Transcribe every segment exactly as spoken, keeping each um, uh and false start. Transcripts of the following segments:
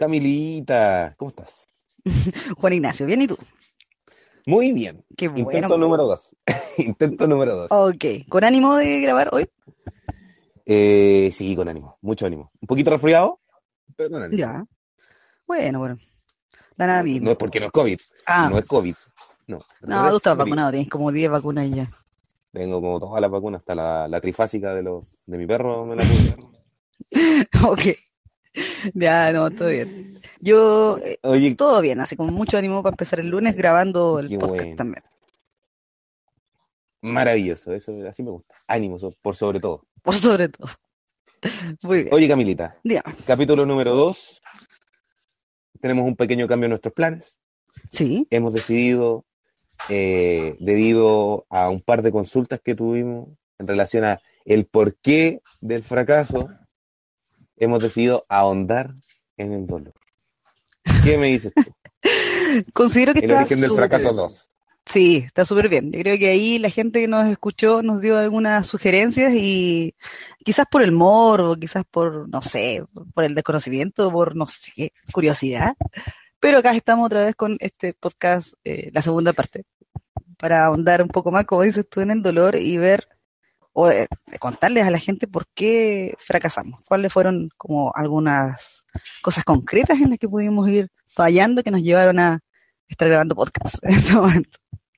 Camilita, ¿cómo estás? Juan Ignacio, ¿bien y tú? Muy bien. Qué bueno. Intento número dos. Intento número dos. Ok, ¿con ánimo de grabar hoy? Eh, sí, con ánimo, mucho ánimo. Un poquito resfriado, pero con ánimo. Ya, bueno, bueno, la nada No, no misma. es porque no es COVID, Ah, no es COVID, no, no, tú estás resfrío. vacunado, tienes como diez vacunas ya. Tengo como todas las vacunas, hasta la, la trifásica de, los, de mi perro me la puse. Ok, ya, no, todo bien. Yo, eh, Oye, todo bien, así con mucho ánimo para empezar el lunes grabando el qué podcast bueno, también, maravilloso, eso así me gusta. Ánimo, so- por sobre todo. por sobre todo. Muy bien, Oye, Camilita, dígame. capítulo número dos, tenemos un pequeño cambio en nuestros planes. Sí, Hemos decidido eh, debido a un par de consultas que tuvimos en relación a el porqué del fracaso, hemos decidido ahondar en el dolor. ¿Qué me dices tú? considero que El está origen del súper fracaso bien. dos. Sí, está súper bien. Yo creo que ahí la gente que nos escuchó nos dio algunas sugerencias y quizás por el morbo, quizás por, no sé, por el desconocimiento, por, no sé, curiosidad. Pero acá estamos otra vez con este podcast, eh, la segunda parte, para ahondar un poco más, como dices tú, en el dolor y ver o eh, contarles a la gente por qué fracasamos, cuáles fueron como algunas cosas concretas en las que pudimos ir fallando que nos llevaron a estar grabando podcast en este momento.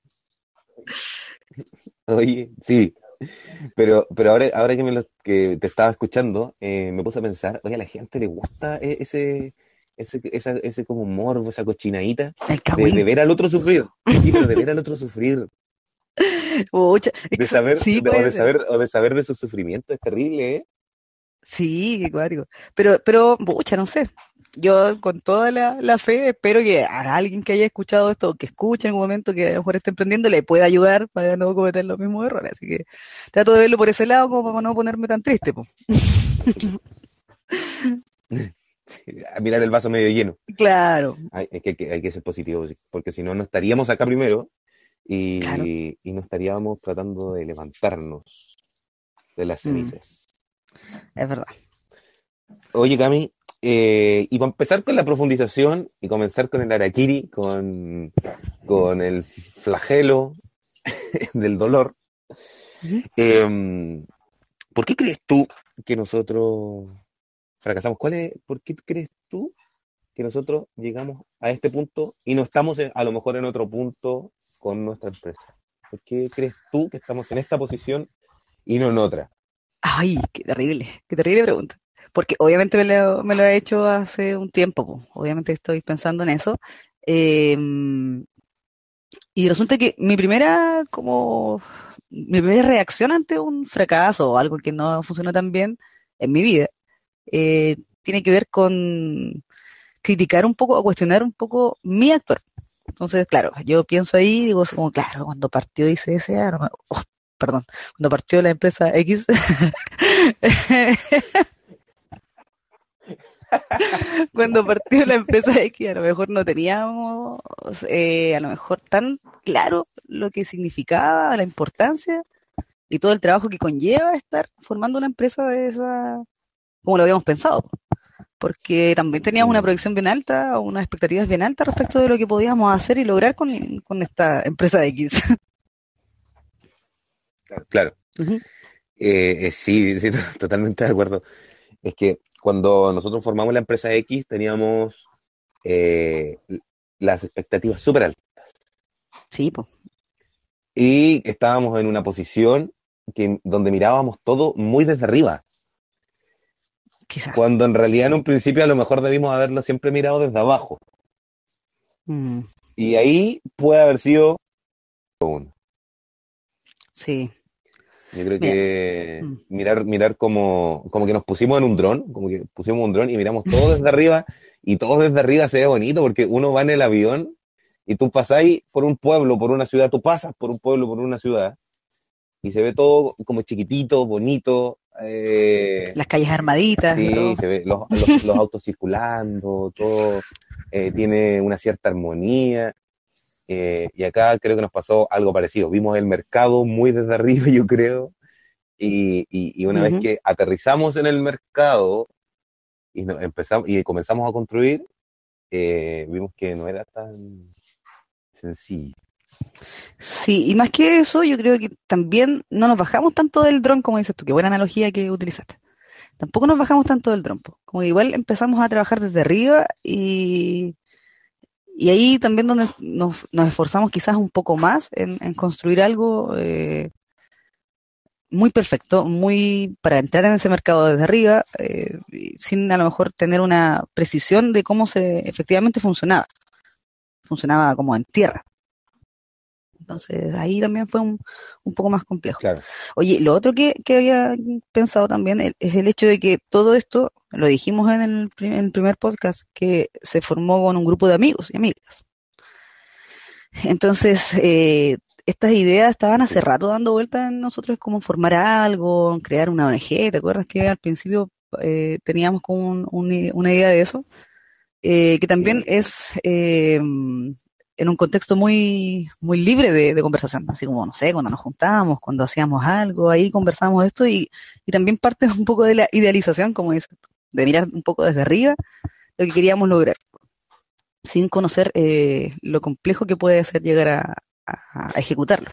Oye, sí, pero, pero ahora, ahora que, me lo- que te estaba escuchando, eh, me puse a pensar, oye, a la gente le gusta e- ese, ese, esa- ese como morbo, esa cochinadita El de, de cagüín. ver al otro sufrir. Sí, pero de ver al otro sufrir, Pucha, de exa- saber, sí, de- o puede de ser. saber, o de saber de su sufrimiento, es terrible, ¿eh? Sí, qué cuático. Pero, pero, pucha, no sé. Yo con toda la, la fe espero que a alguien que haya escuchado esto, o que escuche en algún momento que a lo mejor esté emprendiendo, le pueda ayudar para no cometer los mismos errores. Así que trato de verlo por ese lado como para no ponerme tan triste, pues. A mirar el vaso medio lleno. Claro, Hay, es que, hay que hay que ser positivos, porque si no, no estaríamos acá primero claro. y, y no estaríamos tratando de levantarnos de las Mm, cenizas. es verdad. Oye, Cami, eh, y para empezar con la profundización y comenzar con el Araquiri, con, con el flagelo del dolor, Ujú. eh, ¿por qué crees tú que nosotros fracasamos? ¿Cuál es, ¿Por qué crees tú que nosotros llegamos a este punto y no estamos en- a lo mejor en otro punto con nuestra empresa? ¿Por qué crees tú que estamos en esta posición y no en otra? Ay, qué terrible, qué terrible pregunta. Porque obviamente me lo, me lo he hecho hace un tiempo, po. Obviamente estoy pensando en eso. Em, Y resulta que mi primera, como, mi primera reacción ante un fracaso o algo que no funcionó tan bien en mi vida, eh, tiene que ver con criticar un poco o cuestionar un poco mi actuar. Entonces, claro, yo pienso ahí, digo así como, claro, cuando partió I C S A, no me- oh, perdón, cuando partió la empresa X, cuando partió la empresa X, a lo mejor no teníamos, eh, a lo mejor tan claro lo que significaba, la importancia y todo el trabajo que conlleva estar formando una empresa de esa, como lo habíamos pensado, porque también teníamos una Mm, proyección bien alta, unas expectativas bien altas respecto de lo que podíamos hacer y lograr con, con esta empresa X. claro, Ujú. eh, eh, sí, sí, totalmente de acuerdo. Es que cuando nosotros formamos la empresa X teníamos eh, las expectativas súper altas Sí, pues, y estábamos en una posición que, donde mirábamos todo muy desde arriba, quizás. cuando en realidad en un principio a lo mejor debimos haberlo siempre mirado desde abajo. Mm, Y ahí puede haber sido uno. sí, Yo creo mira, que mm, mirar, mirar como, como que nos pusimos en un dron, como que pusimos un dron y miramos todo desde arriba, y todo desde arriba se ve bonito porque uno va en el avión y tú pasáis por un pueblo, por una ciudad, tú pasas por un pueblo, por una ciudad, y se ve todo como chiquitito, bonito, eh, las calles armaditas y sí, todo. se ve los, los, los autos circulando, todo eh, tiene una cierta armonía. Eh, y acá creo que nos pasó algo parecido. Vimos el mercado muy desde arriba, yo creo, y, y, y una vez Ujú. que aterrizamos en el mercado y, nos empezamos, y comenzamos a construir, eh, vimos que no era tan sencillo. Sí, y más que eso, yo creo que también no nos bajamos tanto del dron como dices tú, qué buena analogía que utilizaste. Tampoco nos bajamos tanto del dron, po. Como que igual empezamos a trabajar desde arriba y, y ahí también donde nos, nos esforzamos quizás un poco más en, en construir algo eh, muy perfecto, muy para entrar en ese mercado desde arriba, eh, y sin a lo mejor tener una precisión de cómo se efectivamente funcionaba. Funcionaba como en tierra. Entonces ahí también fue un, un poco más complejo. Claro. Oye, lo otro que, que había pensado también el- es el hecho de que todo esto, lo dijimos en el, pri- en el primer podcast, que se formó con un grupo de amigos y amigas. Entonces, eh, estas ideas estaban hace Sí. rato dando vueltas en nosotros, como formar algo, crear una O N G. ¿Te acuerdas que al principio eh, teníamos como un- un- una idea de eso? Eh, que también Sí. es eh, en un contexto muy, muy libre de, de conversación, así como, no sé, cuando nos juntábamos, cuando hacíamos algo, ahí conversábamos esto y, y también parte un poco de la idealización, como dices tú, de mirar un poco desde arriba lo que queríamos lograr, sin conocer eh, lo complejo que puede ser llegar a, a, a ejecutarlo.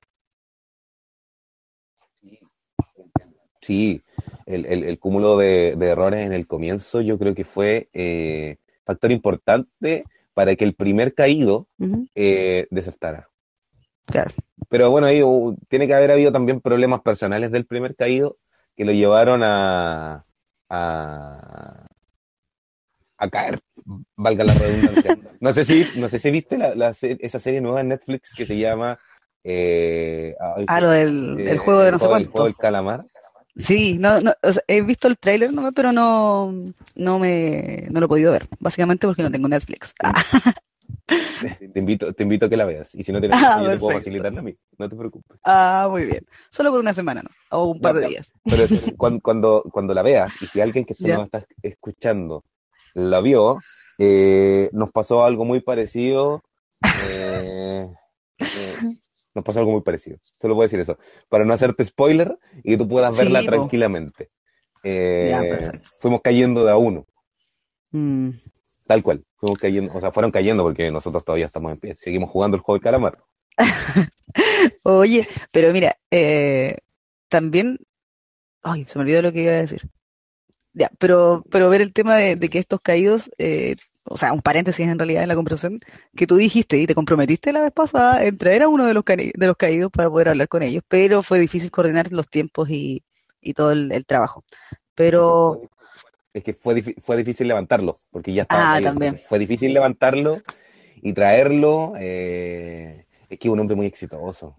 Sí, el, el, el cúmulo de, de errores en el comienzo yo creo que fue eh, factor importante para que el primer caído Ujú, eh, desertara. claro. Pero bueno, ahí uh, tiene que haber habido también problemas personales del primer caído que lo llevaron a, a, a caer, valga la redundancia. No sé si, no sé si viste la, la se- esa serie nueva en Netflix que se llama eh, ay, Ah, se- lo del el eh, juego de el no sé juego, el juego cuánto. del calamar. Sí, no, no, o sea, he visto el tráiler nomás, pero no, no me, no lo he podido ver, básicamente porque no tengo Netflix. Te, te invito, te invito a que la veas. Y si no tienes Ah, Netflix, yo te puedo perfecto. facilitarla a mí. No te preocupes. Ah, muy bien. Solo por una semana, ¿no? O un par Ya, de días. pero eso, cuando, cuando, cuando la veas, y si alguien que esto ¿Ya? nos está escuchando la vio, eh, nos pasó algo muy parecido. eh, eh, nos pasó algo muy parecido. Solo puedo decir eso. Para no hacerte spoiler y que tú puedas verla Sí, po. tranquilamente. Ya, Eh, perfecto. fuimos cayendo de a uno, Mm. tal cual. Fuimos cayendo, o sea, fueron cayendo porque nosotros todavía estamos en pie. Seguimos jugando el juego del calamar. Oye, pero mira, eh, también, ay, se me olvidó lo que iba a decir. Ya, pero, pero ver el tema de, de que estos caídos, eh, o sea, un paréntesis en realidad en la conversación, que tú dijiste y te comprometiste la vez pasada en traer a uno de los, cani- de los caídos para poder hablar con ellos, pero fue difícil coordinar los tiempos y, y todo el, el trabajo. Es que fue, Pero, es que fue, difí- fue difícil levantarlo, porque ya estaba ah, caído. también. Entonces fue difícil levantarlo y traerlo. Eh, es que es un hombre muy exitoso.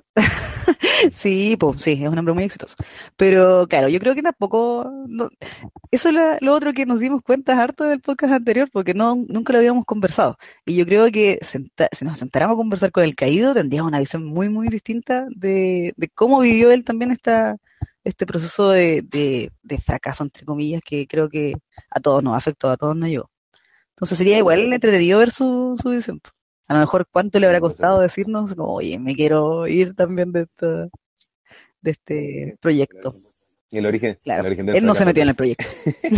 Sí, pues sí, es un hombre muy exitoso. Pero claro, yo creo que tampoco, no- eso es la- lo otro que nos dimos cuenta harto del podcast anterior, porque no, nunca lo habíamos conversado. Y yo creo que senta- si nos sentáramos a conversar con el caído, tendríamos una visión muy, muy distinta de, de cómo vivió él también esta, este proceso de, de, de fracaso, entre comillas, que creo que a todos nos afectó, a todos nos llegó. Entonces sería igual entretenido ver su, su visión, po. A lo mejor cuánto le habrá Sí, por costado supuesto. decirnos, como, oye, me quiero ir también de esta de este proyecto. Y el origen, el Claro, origen del él no se fracaso metió que en el es. proyecto.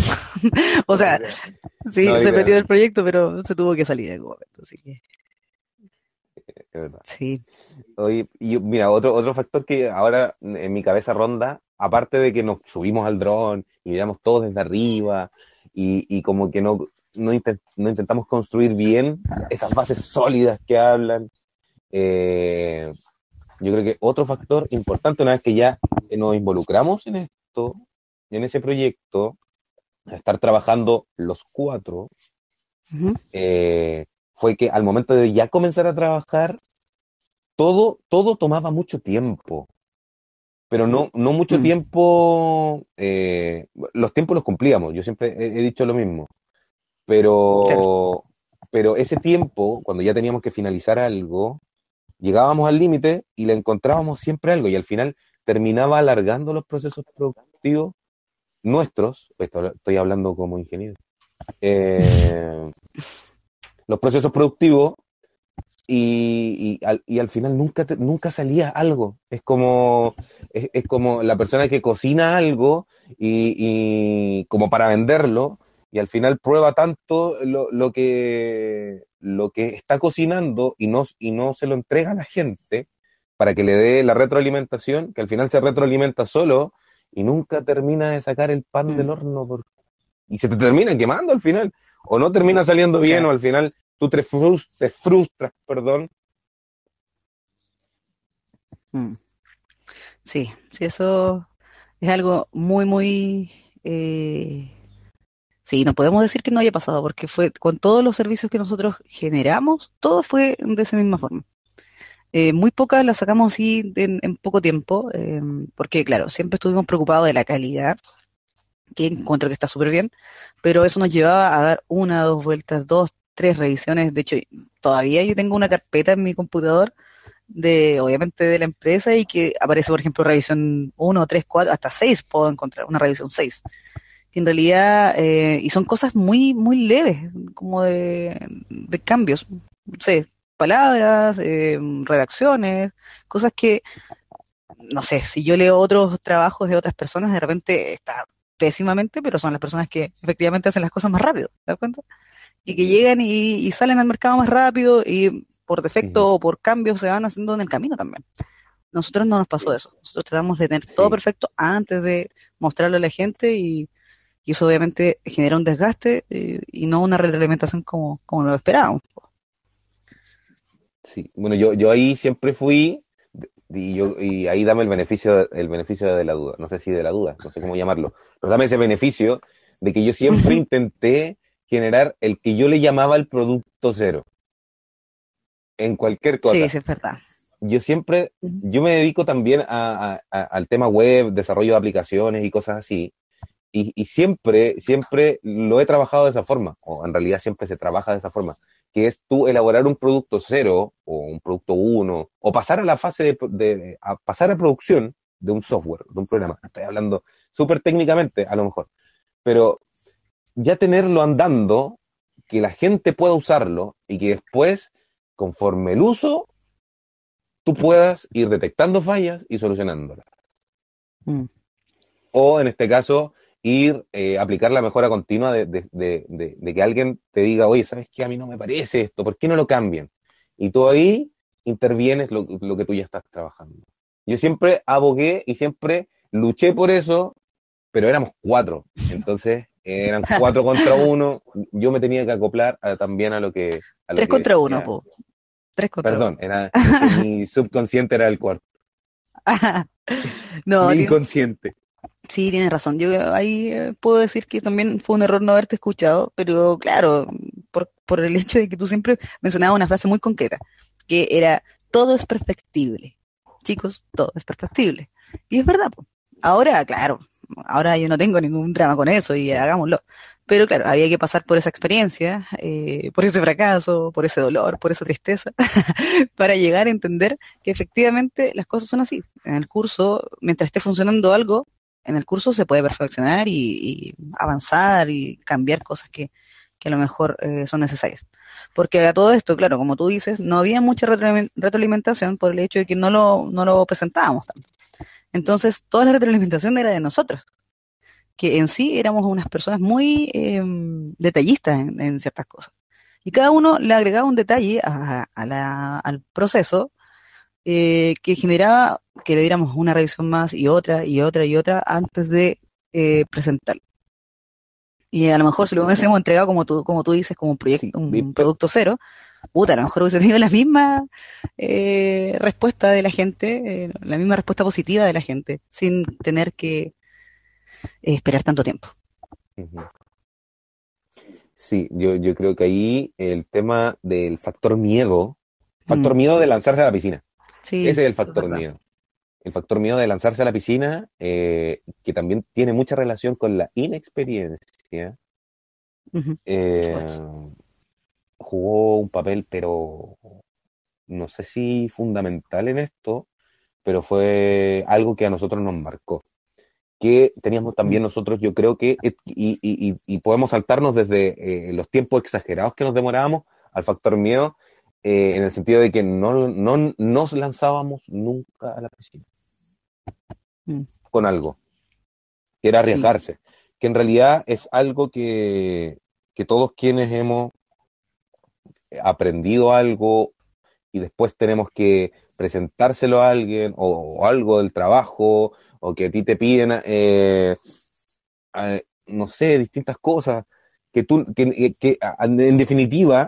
O sea, sí, No, se metió en el literalmente, proyecto, pero se tuvo que salir en algún momento. Así que, es verdad. sí. Oye, y mira, otro, otro factor que ahora en mi cabeza ronda, aparte de que nos subimos al dron y miramos todos desde arriba y, y como que no, no, intent- no intentamos construir bien esas bases sólidas que hablan, eh, yo creo que otro factor importante, una vez que ya nos involucramos en esto, en ese proyecto, a estar trabajando los cuatro, Ujú. eh, fue que al momento de ya comenzar a trabajar, todo, todo tomaba mucho tiempo, pero no, no mucho Mm, tiempo, eh, los tiempos los cumplíamos, yo siempre he, he dicho lo mismo, claro. pero, pero ese tiempo, cuando ya teníamos que finalizar algo, llegábamos al límite y le encontrábamos siempre algo y al final terminaba alargando los procesos productivos nuestros, esto estoy hablando como ingeniero, eh, los procesos productivos y, y, al, y al final nunca, te, nunca salía algo. Es como, es, es como la persona que cocina algo y, y como para venderlo y al final prueba tanto lo, lo que lo que está cocinando y no, y no se lo entrega a la gente para que le dé la retroalimentación, que al final se retroalimenta solo y nunca termina de sacar el pan Mm, del horno por- y se te termina quemando al final, o no termina saliendo bien, o claro. al final tú te frustras, te frustras, perdón. Mm. Sí, sí, eso es algo muy, muy... eh, sí, no podemos decir que no haya pasado, porque fue con todos los servicios que nosotros generamos, todo fue de esa misma forma. Eh, muy pocas las sacamos así en, en poco tiempo, eh, porque claro, siempre estuvimos preocupados de la calidad, que encuentro que está súper bien, pero eso nos llevaba a dar una, dos vueltas, dos, tres revisiones. De hecho, todavía yo tengo una carpeta en mi computador de, obviamente, de la empresa y que aparece, por ejemplo, revisión uno, tres, cuatro, hasta seis puedo encontrar, una revisión seis. Que en realidad, eh, y son cosas muy, muy leves, como de, de cambios, no sé, palabras, eh, redacciones, cosas que, no sé, si yo leo otros trabajos de otras personas, de repente está pésimamente, pero son las personas que efectivamente hacen las cosas más rápido, ¿te das cuenta? Y que llegan y, y salen al mercado más rápido y por Ujú. defecto o por cambios se van haciendo en el camino también. Nosotros no nos pasó Sí, eso. Nosotros tratamos de tener todo sí. perfecto antes de mostrarlo a la gente y, y eso obviamente genera un desgaste eh, y no una retroalimentación como, como lo esperábamos. Sí. Bueno, yo, yo ahí siempre fui, y yo, y ahí dame el beneficio, el beneficio de la duda, no sé si de la duda, no sé cómo llamarlo, pero dame ese beneficio de que yo siempre intenté generar el que yo le llamaba el producto cero, en cualquier Sí, cosa. sí, es verdad. Yo siempre, Ujú. yo me dedico también a, a- a- al tema web, desarrollo de aplicaciones y cosas así, y, y siempre, siempre lo he trabajado de esa forma, o en realidad siempre se trabaja de esa forma, que es tú elaborar un producto cero o un producto uno, o pasar a la fase de, de- a pasar a producción de un software, de un programa. Estoy hablando súper técnicamente, a lo mejor, pero ya tenerlo andando, que la gente pueda usarlo y que después, conforme el uso, tú puedas ir detectando fallas y solucionándolas. Mm, O en este caso, ir eh, aplicar la mejora continua de, de, de, de, de que alguien te diga, oye, ¿sabes qué? A mí no me parece esto, ¿por qué no lo cambian? Y tú ahí intervienes lo, lo que tú ya estás trabajando. Yo siempre abogué y siempre luché por eso, pero éramos cuatro. Entonces, eh, eran cuatro contra uno. Yo me tenía que acoplar a- también a lo que, a lo Tres que contra uno, decía. po. Tres contra Perdón, uno. era, es que mi subconsciente era el cuarto. No, Mi tiene- inconsciente. sí, tienes razón. Yo ahí eh, puedo decir que también fue un error no haberte escuchado, pero claro, por, por el hecho de que tú siempre mencionabas una frase muy concreta, que era, todo es perfectible. Chicos, todo es perfectible. Y es verdad, po. Ahora, claro, ahora yo no tengo ningún drama con eso y Sí. hagámoslo. Pero claro, había que pasar por esa experiencia, eh, por ese fracaso, por ese dolor, por esa tristeza, para llegar a entender que efectivamente las cosas son así. En el curso, mientras esté funcionando algo, en el curso se puede perfeccionar y, y avanzar y cambiar cosas que, que a lo mejor eh, son necesarias. Porque a todo esto, claro, como tú dices, no había mucha retroalimen- retroalimentación por el hecho de que no lo, no lo presentábamos tanto. Entonces, toda la retroalimentación era de nosotros, que en sí éramos unas personas muy eh, detallistas en, en ciertas cosas. Y cada uno le agregaba un detalle a, a la, al proceso eh, que generaba que le diéramos una revisión más y otra y otra y otra antes de eh, presentarlo. Y a lo mejor si lo hubiésemos entregado como tú, como tú dices, como un Sí, proyecto, vi- un pe- producto cero, puta, a lo mejor hubiese tenido la misma eh, respuesta de la gente, eh, la misma respuesta positiva de la gente, sin tener que eh, esperar tanto tiempo. Ujú. Sí, yo, yo creo que ahí el tema del factor miedo, factor Mm, miedo de lanzarse a la piscina, sí, ese es el eso es factor verdad. miedo. El factor miedo de lanzarse a la piscina, eh, que también tiene mucha relación con la inexperiencia, Ujú, por supuesto. eh, jugó un papel, pero no sé si fundamental en esto, pero fue algo que a nosotros nos marcó. Que teníamos Mm, también nosotros, yo creo que, y, y, y, y podemos saltarnos desde eh, los tiempos exagerados que nos demorábamos al factor miedo, eh, en el sentido de que no, no nos lanzábamos nunca a la piscina mm, con algo, que era sí. arriesgarse, que en realidad es algo que, que todos quienes hemos aprendido algo y después tenemos que presentárselo a alguien o, o algo del trabajo o que a ti te piden, eh, eh, no sé, distintas cosas, que tú, que, que en definitiva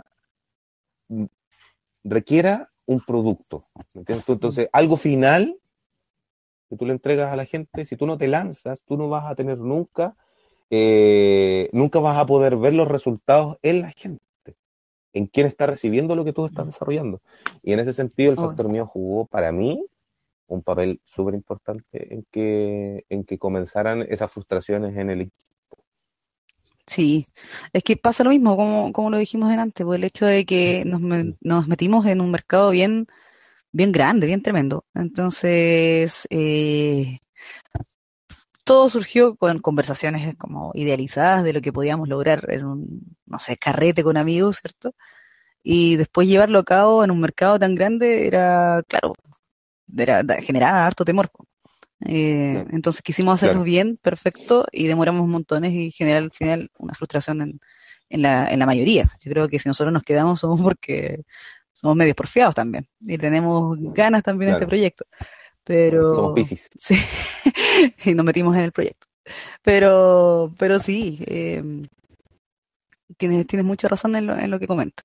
requiera un producto, ¿me entiendes? Entonces, algo final que tú le entregas a la gente, si tú no te lanzas, tú no vas a tener nunca, eh, nunca vas a poder ver los resultados en la gente, en quién está recibiendo lo que tú estás desarrollando. Y en ese sentido, el Oh, factor mío jugó para mí un papel súper importante en que, en que comenzaran esas frustraciones en el equipo. sí, es que pasa lo mismo, como, como lo dijimos antes, pues el hecho de que nos, me- nos metimos en un mercado bien, bien grande, bien tremendo. Entonces, eh, todo surgió con conversaciones como idealizadas de lo que podíamos lograr en un, no sé, carrete con amigos, ¿cierto? Y después llevarlo a cabo en un mercado tan grande era, claro, era, da- generaba harto temor. Po. Eh, Claro, entonces quisimos hacerlo claro, bien, perfecto, y demoramos montones y generar al final una frustración en, en la, en la mayoría. Yo creo que si nosotros nos quedamos somos porque somos medios porfiados también y tenemos ganas también de este claro. proyecto. Somos Pero Piscis. sí, y nos metimos en el proyecto. Pero, pero sí, eh, tienes, tienes mucha razón en lo, en lo que comentas.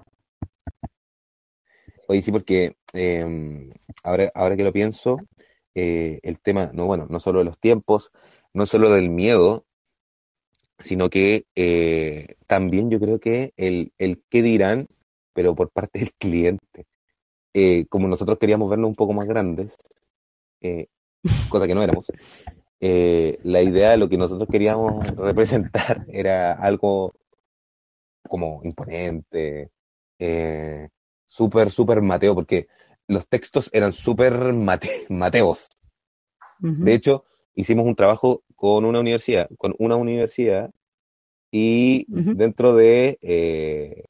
Oye, sí, porque eh, ahora, ahora que lo pienso, eh, el tema, no, bueno, no solo de los tiempos, no solo del miedo, sino que eh, también yo creo que el, el qué dirán, pero por parte del cliente. Eh, como nosotros queríamos vernos un poco más grandes, eh, cosa que no éramos, eh, la idea de lo que nosotros queríamos representar era algo como imponente, eh, súper, súper Mateo, porque los textos eran súper mate- mateos. De Ujú, hecho, hicimos un trabajo con una universidad, con una universidad, y ujú. dentro de eh,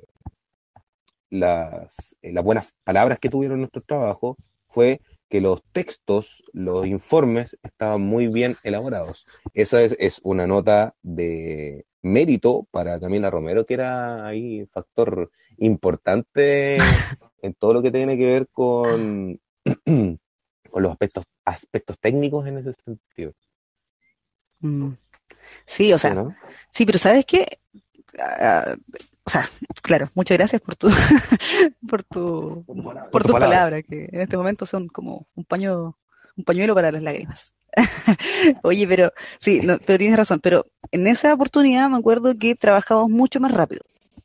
las, eh, las buenas palabras que tuvieron nuestro trabajo fue que los textos, los informes estaban muy bien elaborados. Esa es, es una nota de mérito para Camila Romero, que era ahí factor importante en todo lo que tiene que ver con, con los aspectos, aspectos técnicos en ese sentido. Mm. Sí, o ¿Sí o sea, no? sí, pero ¿sabes qué? Ah, o sea, claro, muchas gracias por tu, por tu, Por por tus tus palabras. palabras, que en este momento son como un paño, un pañuelo para las lágrimas. Oye, pero sí, no, pero tienes razón, pero en esa oportunidad me acuerdo que trabajamos mucho más rápido,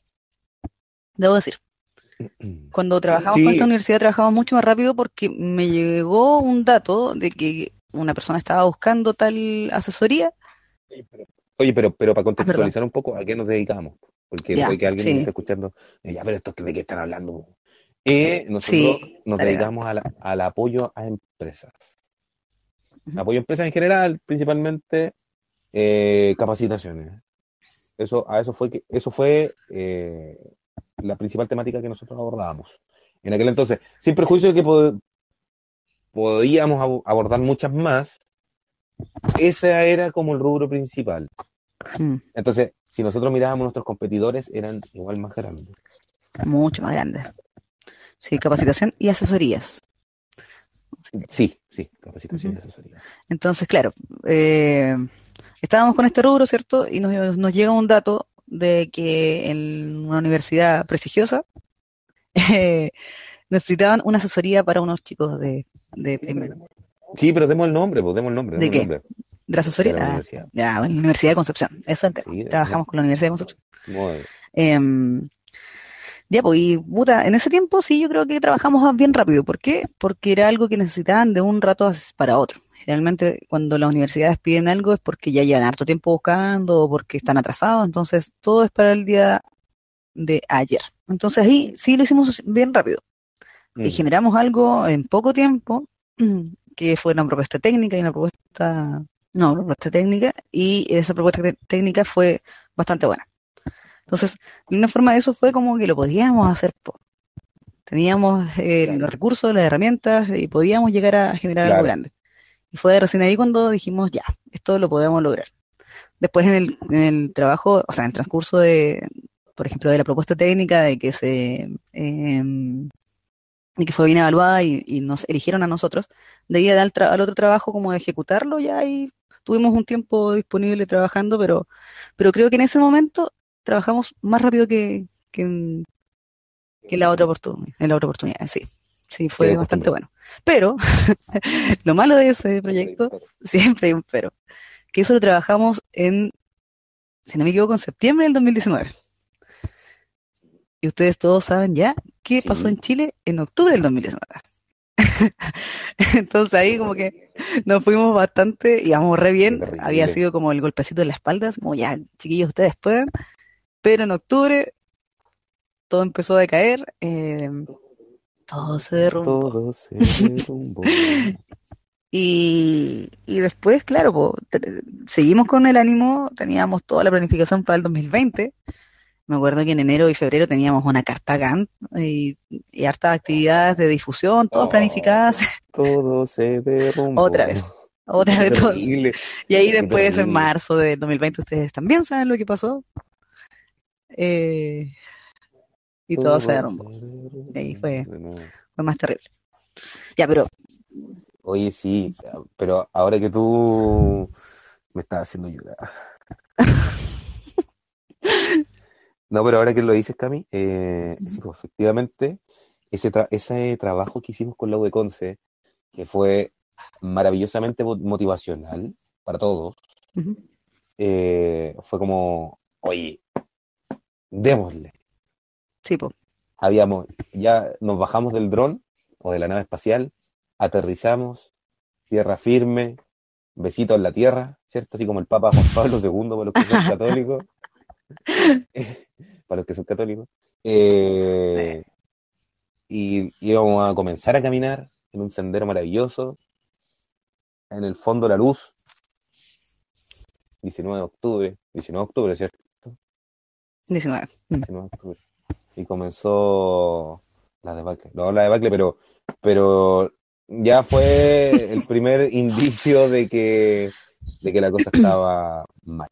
debo decir. Cuando trabajamos con esta Sí, universidad trabajamos mucho más rápido porque me llegó un dato de que una persona estaba buscando tal asesoría. oye, pero, pero para Ah, perdón. contextualizar un poco, ¿a qué nos dedicamos? Porque Ya, puede que alguien nos sí, esté escuchando, eh, ya, pero esto de qué están hablando. Y nosotros sí, nos dale, dedicamos Gante. a la- al apoyo a empresas. Ujú. Apoyo a empresas en general, principalmente eh, capacitaciones. Eso, a eso fue que, eso fue eh, la principal temática que nosotros abordábamos. En aquel entonces, sin perjuicio de que pod- podíamos ab- abordar muchas más, ese era como el rubro principal. Mm, Entonces, si nosotros mirábamos nuestros competidores, eran igual más grandes. mucho más grande. Sí, capacitación y asesorías. Sí, sí, capacitación Ujú. y asesoría. Entonces, claro, eh, estábamos con este rubro, ¿cierto? Y nos, nos llega un dato de que en una universidad prestigiosa eh, necesitaban una asesoría para unos chicos de, de primero. Sí, pero demos el nombre, pues demos el nombre, ¿De demos el qué? nombre ¿De la de asesoría? la Ah, universidad. ya, bueno, la Universidad de Concepción. Eso es el tema. Sí, de- de- Trabajamos con la Universidad de Concepción. muy bien. Em, ya, pues, y puta, en ese tiempo sí yo creo que trabajamos bien rápido. ¿Por qué? Porque era algo que necesitaban de un rato as- para otro. Generalmente cuando las universidades piden algo es porque ya llevan harto tiempo buscando o porque están atrasados, entonces todo es para el día de ayer. Entonces ahí sí lo hicimos bien rápido. Y Mm, generamos algo en poco tiempo, que fue una propuesta técnica y una propuesta, no, una propuesta técnica, y esa propuesta te- técnica fue bastante buena. Entonces, de una forma eso fue como que lo podíamos hacer. Po. Teníamos eh, los claro, recursos, las herramientas y podíamos llegar a generar algo claro. grande. Y fue recién ahí cuando dijimos, ya, esto lo podemos lograr. Después en el, en el trabajo, o sea, en el transcurso de, por ejemplo, de la propuesta técnica, de que se, eh, de que fue bien evaluada y, y nos eligieron a nosotros, de ahí al, tra- al otro trabajo como de ejecutarlo, ya ahí tuvimos un tiempo disponible trabajando, pero, pero creo que en ese momento trabajamos más rápido que, que, en, que en la otra oportunidad, en la otra oportunidad, sí. Sí, Quedé fue bastante acostumbrado. bueno. Pero lo malo de ese Siempre hay un proyecto, pero. siempre hay un pero, que eso lo trabajamos en, si no me equivoco, en septiembre del dos mil diecinueve. Y ustedes todos saben ya qué pasó en Sí, Chile en octubre del dos mil diecinueve. Entonces ahí como que nos fuimos bastante, íbamos re qué bien, había terrible. sido como el golpecito en la espalda, así como ya, chiquillos, ustedes pueden, pero en octubre todo empezó a decaer, eh, todo se derrumbó. Todo se derrumbó. Y, y después, claro, po, te- seguimos con el ánimo, teníamos toda la planificación para el dos mil veinte. Me acuerdo que en enero y febrero teníamos una carta Gantt y, y hartas actividades de difusión, todas Oh, planificadas, todo se otra derrumbó. vez, otra Qué vez todo. terrible, Y ahí qué después, en terrible. marzo de dos mil veinte, ustedes también saben lo que pasó, eh, y todo se Todo se derrumbó. Y ahí derrumbó fue, de nuevo. fue más terrible. Ya, pero Oye, sí, pero ahora que tú me estás haciendo llorar. No, pero ahora que lo dices, Cami, eh, sí, pues efectivamente, ese, tra- ese trabajo que hicimos con la U de Conce, que fue maravillosamente mo- motivacional para todos, ujú, eh, fue como, oye, démosle. sí, po. Habíamos, ya nos bajamos del dron o de la nave espacial, aterrizamos, tierra firme, besito en la tierra, ¿cierto? Así como el Papa Juan Pablo segundo para los que son católicos, para los que son católicos. Eh, Eh, y íbamos a comenzar a caminar en un sendero maravilloso, en el fondo la luz, diecinueve de octubre, diecinueve de octubre, ¿cierto? diecinueve. Mm. diecinueve de octubre. Y comenzó la debacle, no la debacle, pero, pero ya fue el primer indicio de que, de que la cosa estaba mal,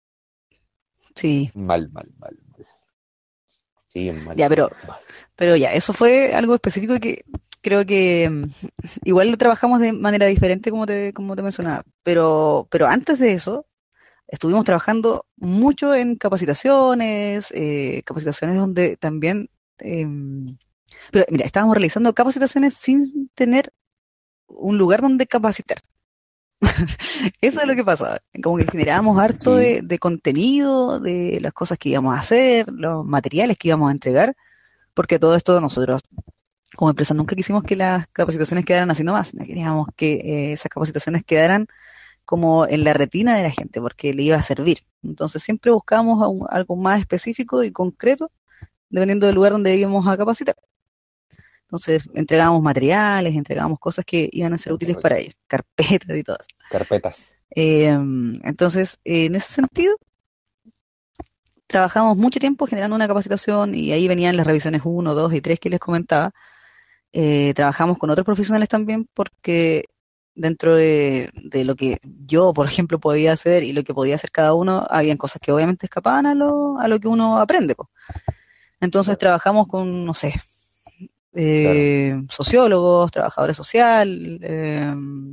Sí, mal, mal, mal, mal. Sí, mal, ya, pero, mal. pero ya, eso fue algo específico que creo que mm, igual lo trabajamos de manera diferente como te, como te mencionaba, pero, pero antes de eso estuvimos trabajando mucho en capacitaciones, eh, capacitaciones donde también, em, pero mira, estábamos realizando capacitaciones sin tener un lugar donde capacitar. Eso es lo que pasaba. Como que generábamos harto Sí, de, de contenido, de las cosas que íbamos a hacer, los materiales que íbamos a entregar, porque todo esto nosotros como empresa nunca quisimos que las capacitaciones quedaran así nomás, no queríamos que eh, esas capacitaciones quedaran como en la retina de la gente, porque le iba a servir. Entonces siempre buscábamos a un- algo más específico y concreto, dependiendo del lugar donde íbamos a capacitar. Entonces entregábamos materiales, entregábamos cosas que iban a ser útiles para correcto. ellos, carpetas y todo. Carpetas. Eh, entonces, en ese sentido, trabajamos mucho tiempo generando una capacitación y ahí venían las revisiones uno, dos y tres que les comentaba. Eh, trabajamos con otros profesionales también porque dentro de, de lo que yo, por ejemplo, podía hacer y lo que podía hacer cada uno, habían cosas que obviamente escapaban a lo, a lo que uno aprende, po. Entonces trabajamos con, no sé, Claro. eh, sociólogos, trabajadores sociales, eh,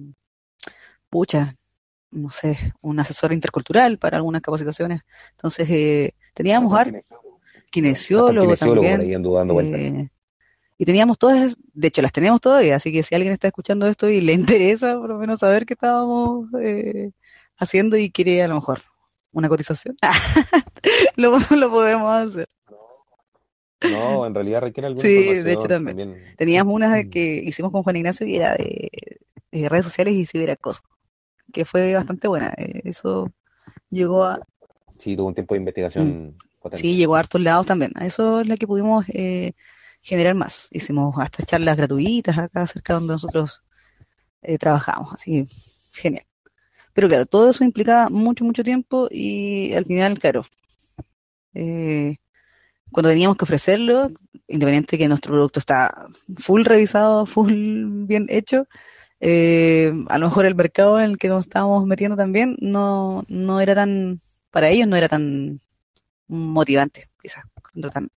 pucha, no sé, un asesor intercultural para algunas capacitaciones. Entonces, eh, teníamos Hasta un art, kinesiólogo. Hasta un kinesiólogo kinesiólogo por también, ahí ando dando vueltas. eh, y teníamos todas, de hecho las tenemos todavía, así que si alguien está escuchando esto y le interesa por lo menos saber qué estábamos eh, haciendo y quiere a lo mejor una cotización, lo, lo podemos hacer. No, en realidad requiere alguna Sí, de hecho información también. también. Teníamos una que hicimos con Juan Ignacio y era de, de redes sociales y ciberacoso, que fue bastante buena. Eh, Eso llegó a, Sí, tuvo un tiempo de mm, investigación sí, potente. llegó a hartos lados también. A eso es la que pudimos eh, generar más. Hicimos hasta charlas gratuitas acá cerca donde nosotros eh, trabajamos, así que genial. Pero claro, todo eso implicaba mucho, mucho tiempo y al final, claro, eh, cuando teníamos que ofrecerlo, independiente que nuestro producto está full revisado, full bien hecho, eh, a lo mejor el mercado en el que nos estábamos metiendo también no, no era tan, para ellos no era tan motivante, quizás, contratarnos.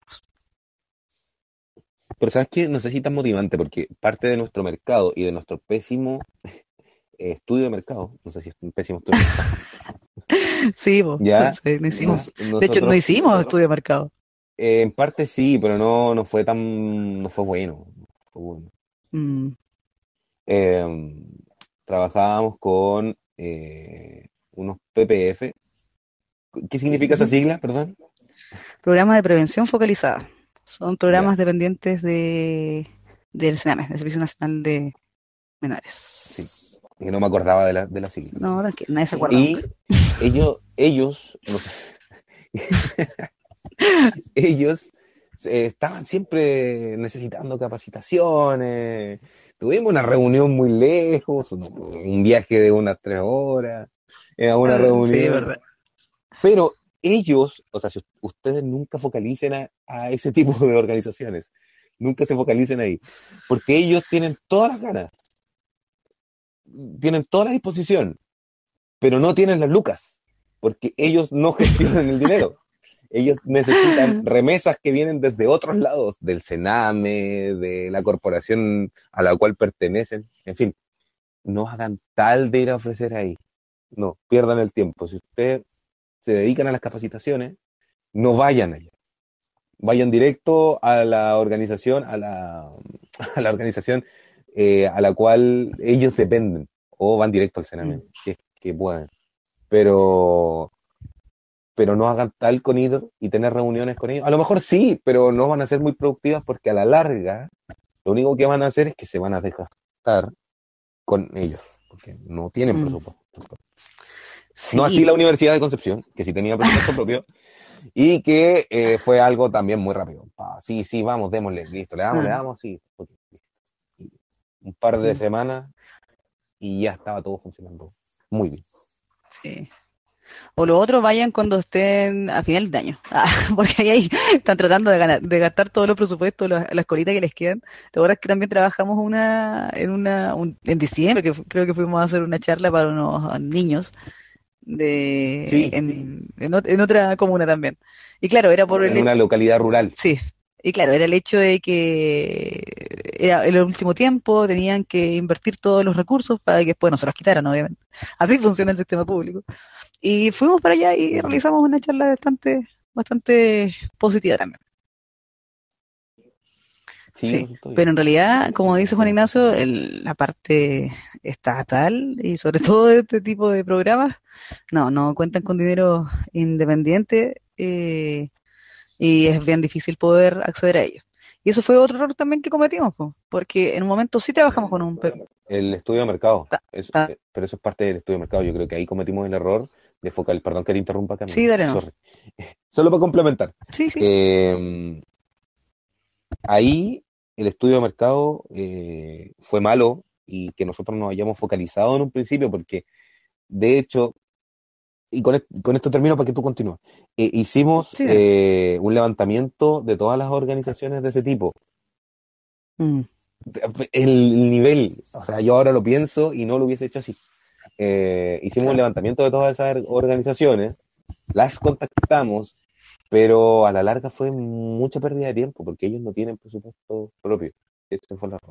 Pero ¿sabes qué? No sé si tan motivante, porque parte de nuestro mercado y de nuestro pésimo eh, estudio de mercado, no sé si es un pésimo estudio de mercado, Sí, po, ya sí, no hicimos. nos- De hecho, no nosotros, hicimos estudio de mercado. eh, en parte sí, pero no, no fue tan, no fue bueno. No fue bueno. Mm, Eh, trabajábamos con eh, unos P P F. ¿Qué significa esa ujú. sigla, perdón? Programas de prevención focalizada. Son Ya, programas dependientes de del CENAME, del Servicio Nacional de sí, Menores. que no me acordaba de la, de la sigla. No, tranquilo, nadie se acuerda nunca. Y ellos, ellos, no sé, ellos eh, estaban siempre necesitando capacitaciones. Tuvimos una reunión muy lejos, un, un viaje de unas tres horas, eh, a una Ah, sí, es reunión. verdad. Pero ellos, o sea, si ustedes nunca focalicen a, a ese tipo de organizaciones, nunca se focalicen ahí, porque ellos tienen todas las ganas, tienen toda la disposición, pero no tienen las lucas, porque ellos no gestionan el dinero. Ellos necesitan remesas que vienen desde otros lados, del Sename, de la corporación a la cual pertenecen. En fin, no hagan tal de ir a ofrecer ahí. No, pierdan el tiempo. Si ustedes se dedican a las capacitaciones, no vayan allá. Vayan directo a la organización, a la, a la organización eh, a la cual ellos dependen, o van directo al Mm, Sename, si es que pueden. Pero pero no hagan tal con ir y tener reuniones con ellos. A lo mejor sí, pero no van a ser muy productivas porque a la larga lo único que van a hacer es que se van a desgastar con ellos, porque no tienen mm. presupuesto. No Sí, así la po. Universidad de Concepción, que sí tenía presupuesto propio y que eh, fue algo también muy rápido. Ah, sí, sí, vamos, démosle, listo, le damos, le Ah, damos, sí. Okay. Un par de mm, semanas y ya estaba todo funcionando muy bien. sí. O los otros vayan cuando estén a final de año. Ah, porque ahí, ahí están tratando de, ganar, de gastar todos los presupuestos, las, las colitas que les quedan. ¿Te acuerdas que también trabajamos una, en una, un- en diciembre, que fu- creo que fuimos a hacer una charla para unos niños de, Sí, en, en, ot- en otra comuna también? Y claro, era por el, en he- una localidad rural. sí, y claro, era el hecho de que era el último tiempo, tenían que invertir todos los recursos para que después no se los quitaran, obviamente. Así funciona el sistema público. Y fuimos para allá y Ujú. realizamos una charla bastante, bastante positiva también. Sí, Sí, resultó pero bien. en realidad, como dice Juan Ignacio, el- la parte estatal y sobre todo de este tipo de programas, no, no cuentan con dinero independiente, eh, y es bien difícil poder acceder a ellos. Y eso fue otro error también que cometimos, po, porque en un momento sí trabajamos con un... pe- El estudio de mercado, ta- es, ta- eh, pero eso es parte del estudio de mercado. Yo creo que ahí cometimos el error de focal. Perdón que te interrumpa, Sí, Camila. dale, no. Sorry. Solo para complementar. Sí, sí. Eh, ahí el estudio de mercado eh, fue malo y que nosotros nos hayamos focalizado en un principio, porque de hecho, y con, est- con esto termino para que tú continúes, eh, hicimos Sí, dale. eh, un levantamiento de todas las organizaciones de ese tipo. Mm, El nivel, o sea, yo ahora lo pienso y no lo hubiese hecho así. Eh, hicimos un claro. levantamiento de todas esas organizaciones, las contactamos, pero a la larga fue mucha pérdida de tiempo porque ellos no tienen presupuesto propio. Ese fue el error.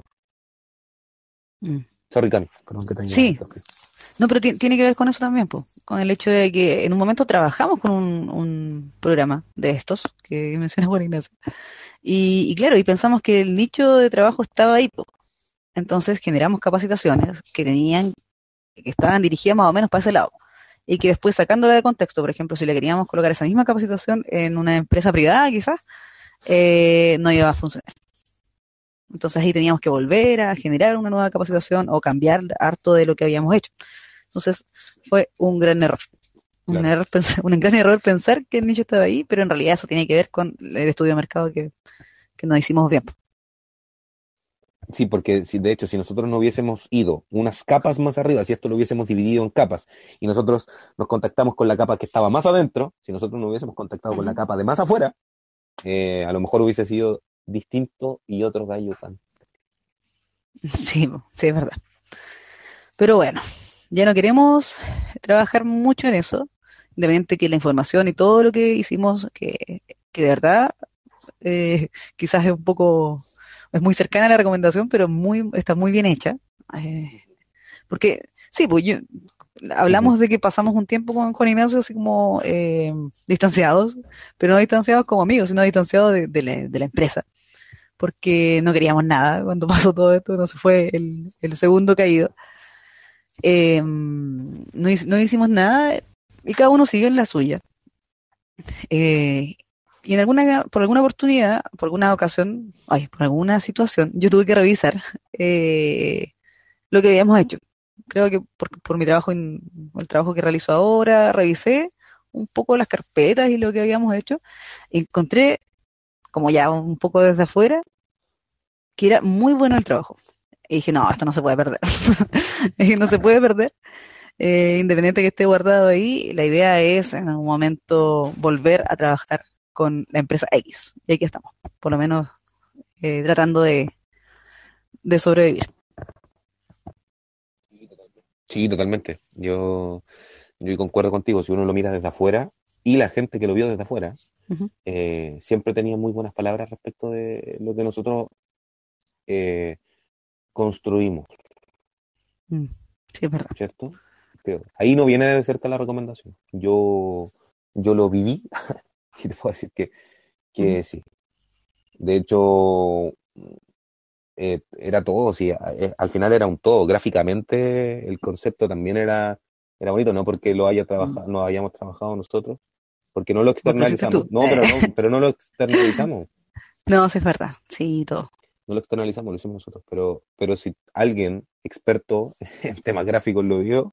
Mm. Sorry, Cami, perdón que te haya Sí, interrumpido. no, pero ti- tiene que ver con eso también, po, con el hecho de que en un momento trabajamos con un, un programa de estos que menciona Juan Ignacio. Y, y claro, y pensamos que el nicho de trabajo estaba ahí, po. Entonces generamos capacitaciones que tenían, que estaban dirigidas más o menos para ese lado. Y que después sacándola de contexto, por ejemplo, si le queríamos colocar esa misma capacitación en una empresa privada, quizás, eh, no iba a funcionar. Entonces ahí teníamos que volver a generar una nueva capacitación o cambiar harto de lo que habíamos hecho. Entonces fue un gran error. Un, Claro. error pensar, un gran error pensar que el nicho estaba ahí, pero en realidad eso tiene que ver con el estudio de mercado que, que nos hicimos bien. Sí, porque si, de hecho, si nosotros no hubiésemos ido unas capas más arriba, si esto lo hubiésemos dividido en capas y nosotros nos contactamos con la capa que estaba más adentro, si nosotros no hubiésemos contactado con la Ujú. capa de más afuera, eh, a lo mejor hubiese sido distinto y otro gallo can. Sí, sí, es verdad. Pero bueno, ya no queremos trabajar mucho en eso, independiente que la información y todo lo que hicimos, que, que de verdad eh, quizás es un poco, es muy cercana a la recomendación, pero muy, está muy bien hecha. Eh, porque, sí, pues yo, Ujú. hablamos de que pasamos un tiempo con Juan Ignacio así como eh, distanciados, pero no distanciados como amigos, sino distanciados de, de la, de la empresa, porque no queríamos nada cuando pasó todo esto, no se fue el, el segundo caído. Eh, no, hic- no hicimos nada y cada uno siguió en la suya. Eh, y en alguna, por alguna oportunidad, por alguna ocasión, ay, por alguna situación, yo tuve que revisar eh, lo que habíamos hecho. Creo que por, por mi trabajo, en, el trabajo que realizo ahora, revisé un poco las carpetas y lo que habíamos hecho. Encontré, como ya un poco desde afuera, que era muy bueno el trabajo. Y dije, no, esto no se puede perder. Dije, no se puede perder. Eh, independiente que esté guardado ahí, la idea es en algún momento volver a trabajar con la empresa X. Y aquí estamos, por lo menos eh, tratando de, de sobrevivir. Sí, totalmente. Yo, yo concuerdo contigo. Si uno lo mira desde afuera y la gente que lo vio desde afuera, Ujú. eh, siempre tenía muy buenas palabras respecto de lo que nosotros eh, construimos, Mm, sí, es verdad. ¿cierto? Creo. Ahí no viene de cerca la recomendación. Yo, yo lo viví y te puedo decir que, Ujú. que sí. De hecho, eh, era todo, sí, a- eh, al final era un todo. Gráficamente el concepto también era, era bonito, no porque lo haya Mm. trabajado, no hayamos trabajado nosotros, porque no lo Porque lo hiciste externalizamos. tú. No, Eh, pero no, pero no lo externalizamos. No, sí es verdad. Sí, todo. No lo externalizamos, lo hicimos nosotros. Pero, pero si alguien experto en temas gráficos lo vio,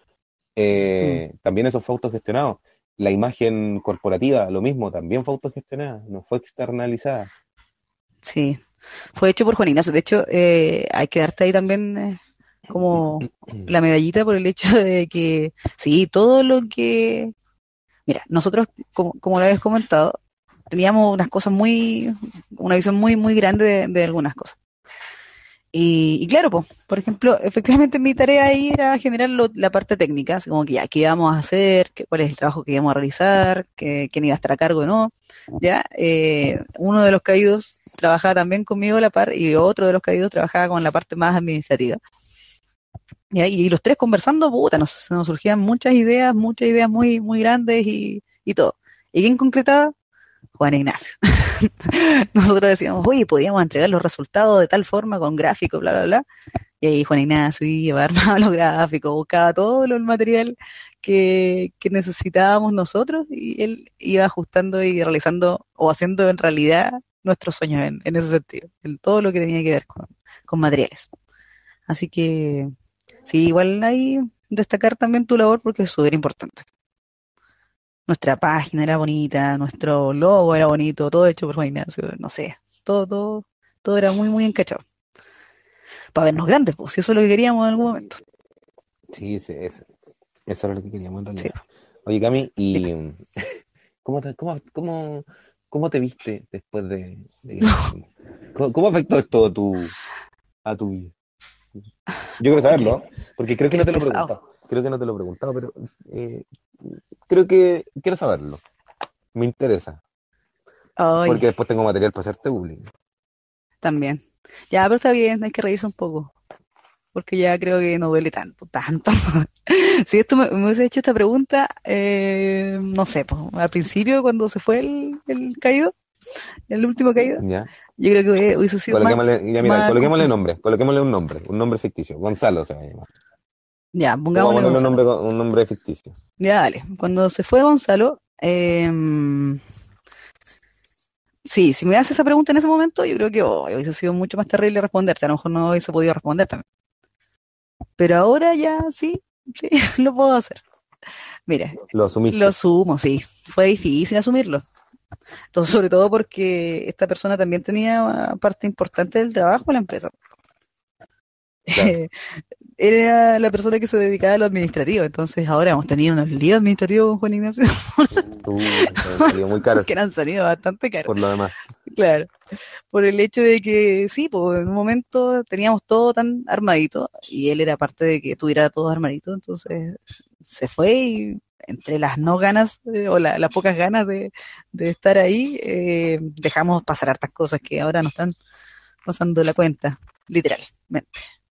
Mm, eh, también eso fue autogestionado. La imagen corporativa, lo mismo, también fue autogestionada, no fue externalizada. sí. Fue hecho por Juan Ignacio. De hecho, eh, hay que darte ahí también eh, como la medallita por el hecho de que, sí, todo lo que... Mira, nosotros, como, como lo habías comentado, teníamos unas cosas muy, una visión muy, muy grande de, de algunas cosas. Y, y claro, pues, por ejemplo, efectivamente mi tarea ahí era generar lo- la parte técnica, así como que ya, qué íbamos a hacer, qué, cuál es el trabajo que íbamos a realizar, qué, quién iba a estar a cargo o no. Ya, eh, uno de los caídos trabajaba también conmigo a la par y otro de los caídos trabajaba con la parte más administrativa. Ya, y los tres conversando, puta, nos, nos surgían muchas ideas, muchas ideas muy, muy grandes y, y todo. ¿Y quién concretaba? Juan Ignacio. Nosotros decíamos, oye, podíamos entregar los resultados de tal forma con gráficos, bla, bla, bla. Y ahí Juan Ignacio iba, armaba los gráficos, buscaba todo lo- el material que, que necesitábamos nosotros y él iba ajustando y realizando o haciendo en realidad nuestros sueños en, en ese sentido, en todo lo que tenía que ver con, con materiales. Así que sí, igual hay destacar también tu labor porque es súper importante. Nuestra página era bonita, nuestro logo era bonito, todo hecho por Juan Ignacio, no sé, todo, todo, todo era muy, muy encachado. Para vernos grandes, pues, si eso es lo que queríamos en algún momento. Sí, sí, eso, eso era lo que queríamos en Sí, realidad. pues, Oye, Cami, dime. ¿y mm, cómo te, cómo, cómo, cómo te viste después de, de que nos fuimos? ¿Cómo, cómo afectó esto a tu, a tu vida? Yo quiero Ay, qué, saberlo, porque creo que qué no te lo he pesado. preguntado. Creo que no te lo he preguntado, pero eh, creo que quiero saberlo. Me interesa, Ay, porque después tengo material para hacerte bullying. también. Ya, pero está bien, hay que reírse un poco, porque ya creo que no duele tanto, tanto. Si esto me, me hubiese hecho esta pregunta, eh, no sé, pues, al principio cuando se fue el, el caído, el último caído, ¿Ya? yo creo que hubiese hubiese sido más, Coloquémosle, ya mira, más coloquémosle complejo. nombre, coloquémosle un nombre, un nombre ficticio. Gonzalo se va a llamar. Ya, Vamos a pongámosle ponerle un Gonzalo. nombre, un nombre ficticio. Ya, dale. Cuando se fue Gonzalo, eh, sí, si me haces esa pregunta en ese momento, yo creo que oh, hubiese sido mucho más terrible responderte. A lo mejor no hubiese podido responder también. Pero ahora ya sí, sí, lo puedo hacer. Mira, Lo lo asumiste. asumo, sí. Fue difícil asumirlo. Entonces, sobre todo porque esta persona también tenía una parte importante del trabajo en la empresa. Claro. Era la persona que se dedicaba a lo administrativo. Entonces, ahora hemos tenido unos líos administrativos con Juan Ignacio Uh, te han salido muy que caros han salido bastante caros. por lo demás. Claro, por el hecho de que sí, pues en un momento teníamos todo tan armadito y él era parte de que tuviera todo armadito, entonces se fue y entre las no ganas eh, o la- las pocas ganas de, de estar ahí, eh, dejamos pasar hartas cosas que ahora nos están pasando la cuenta, literalmente.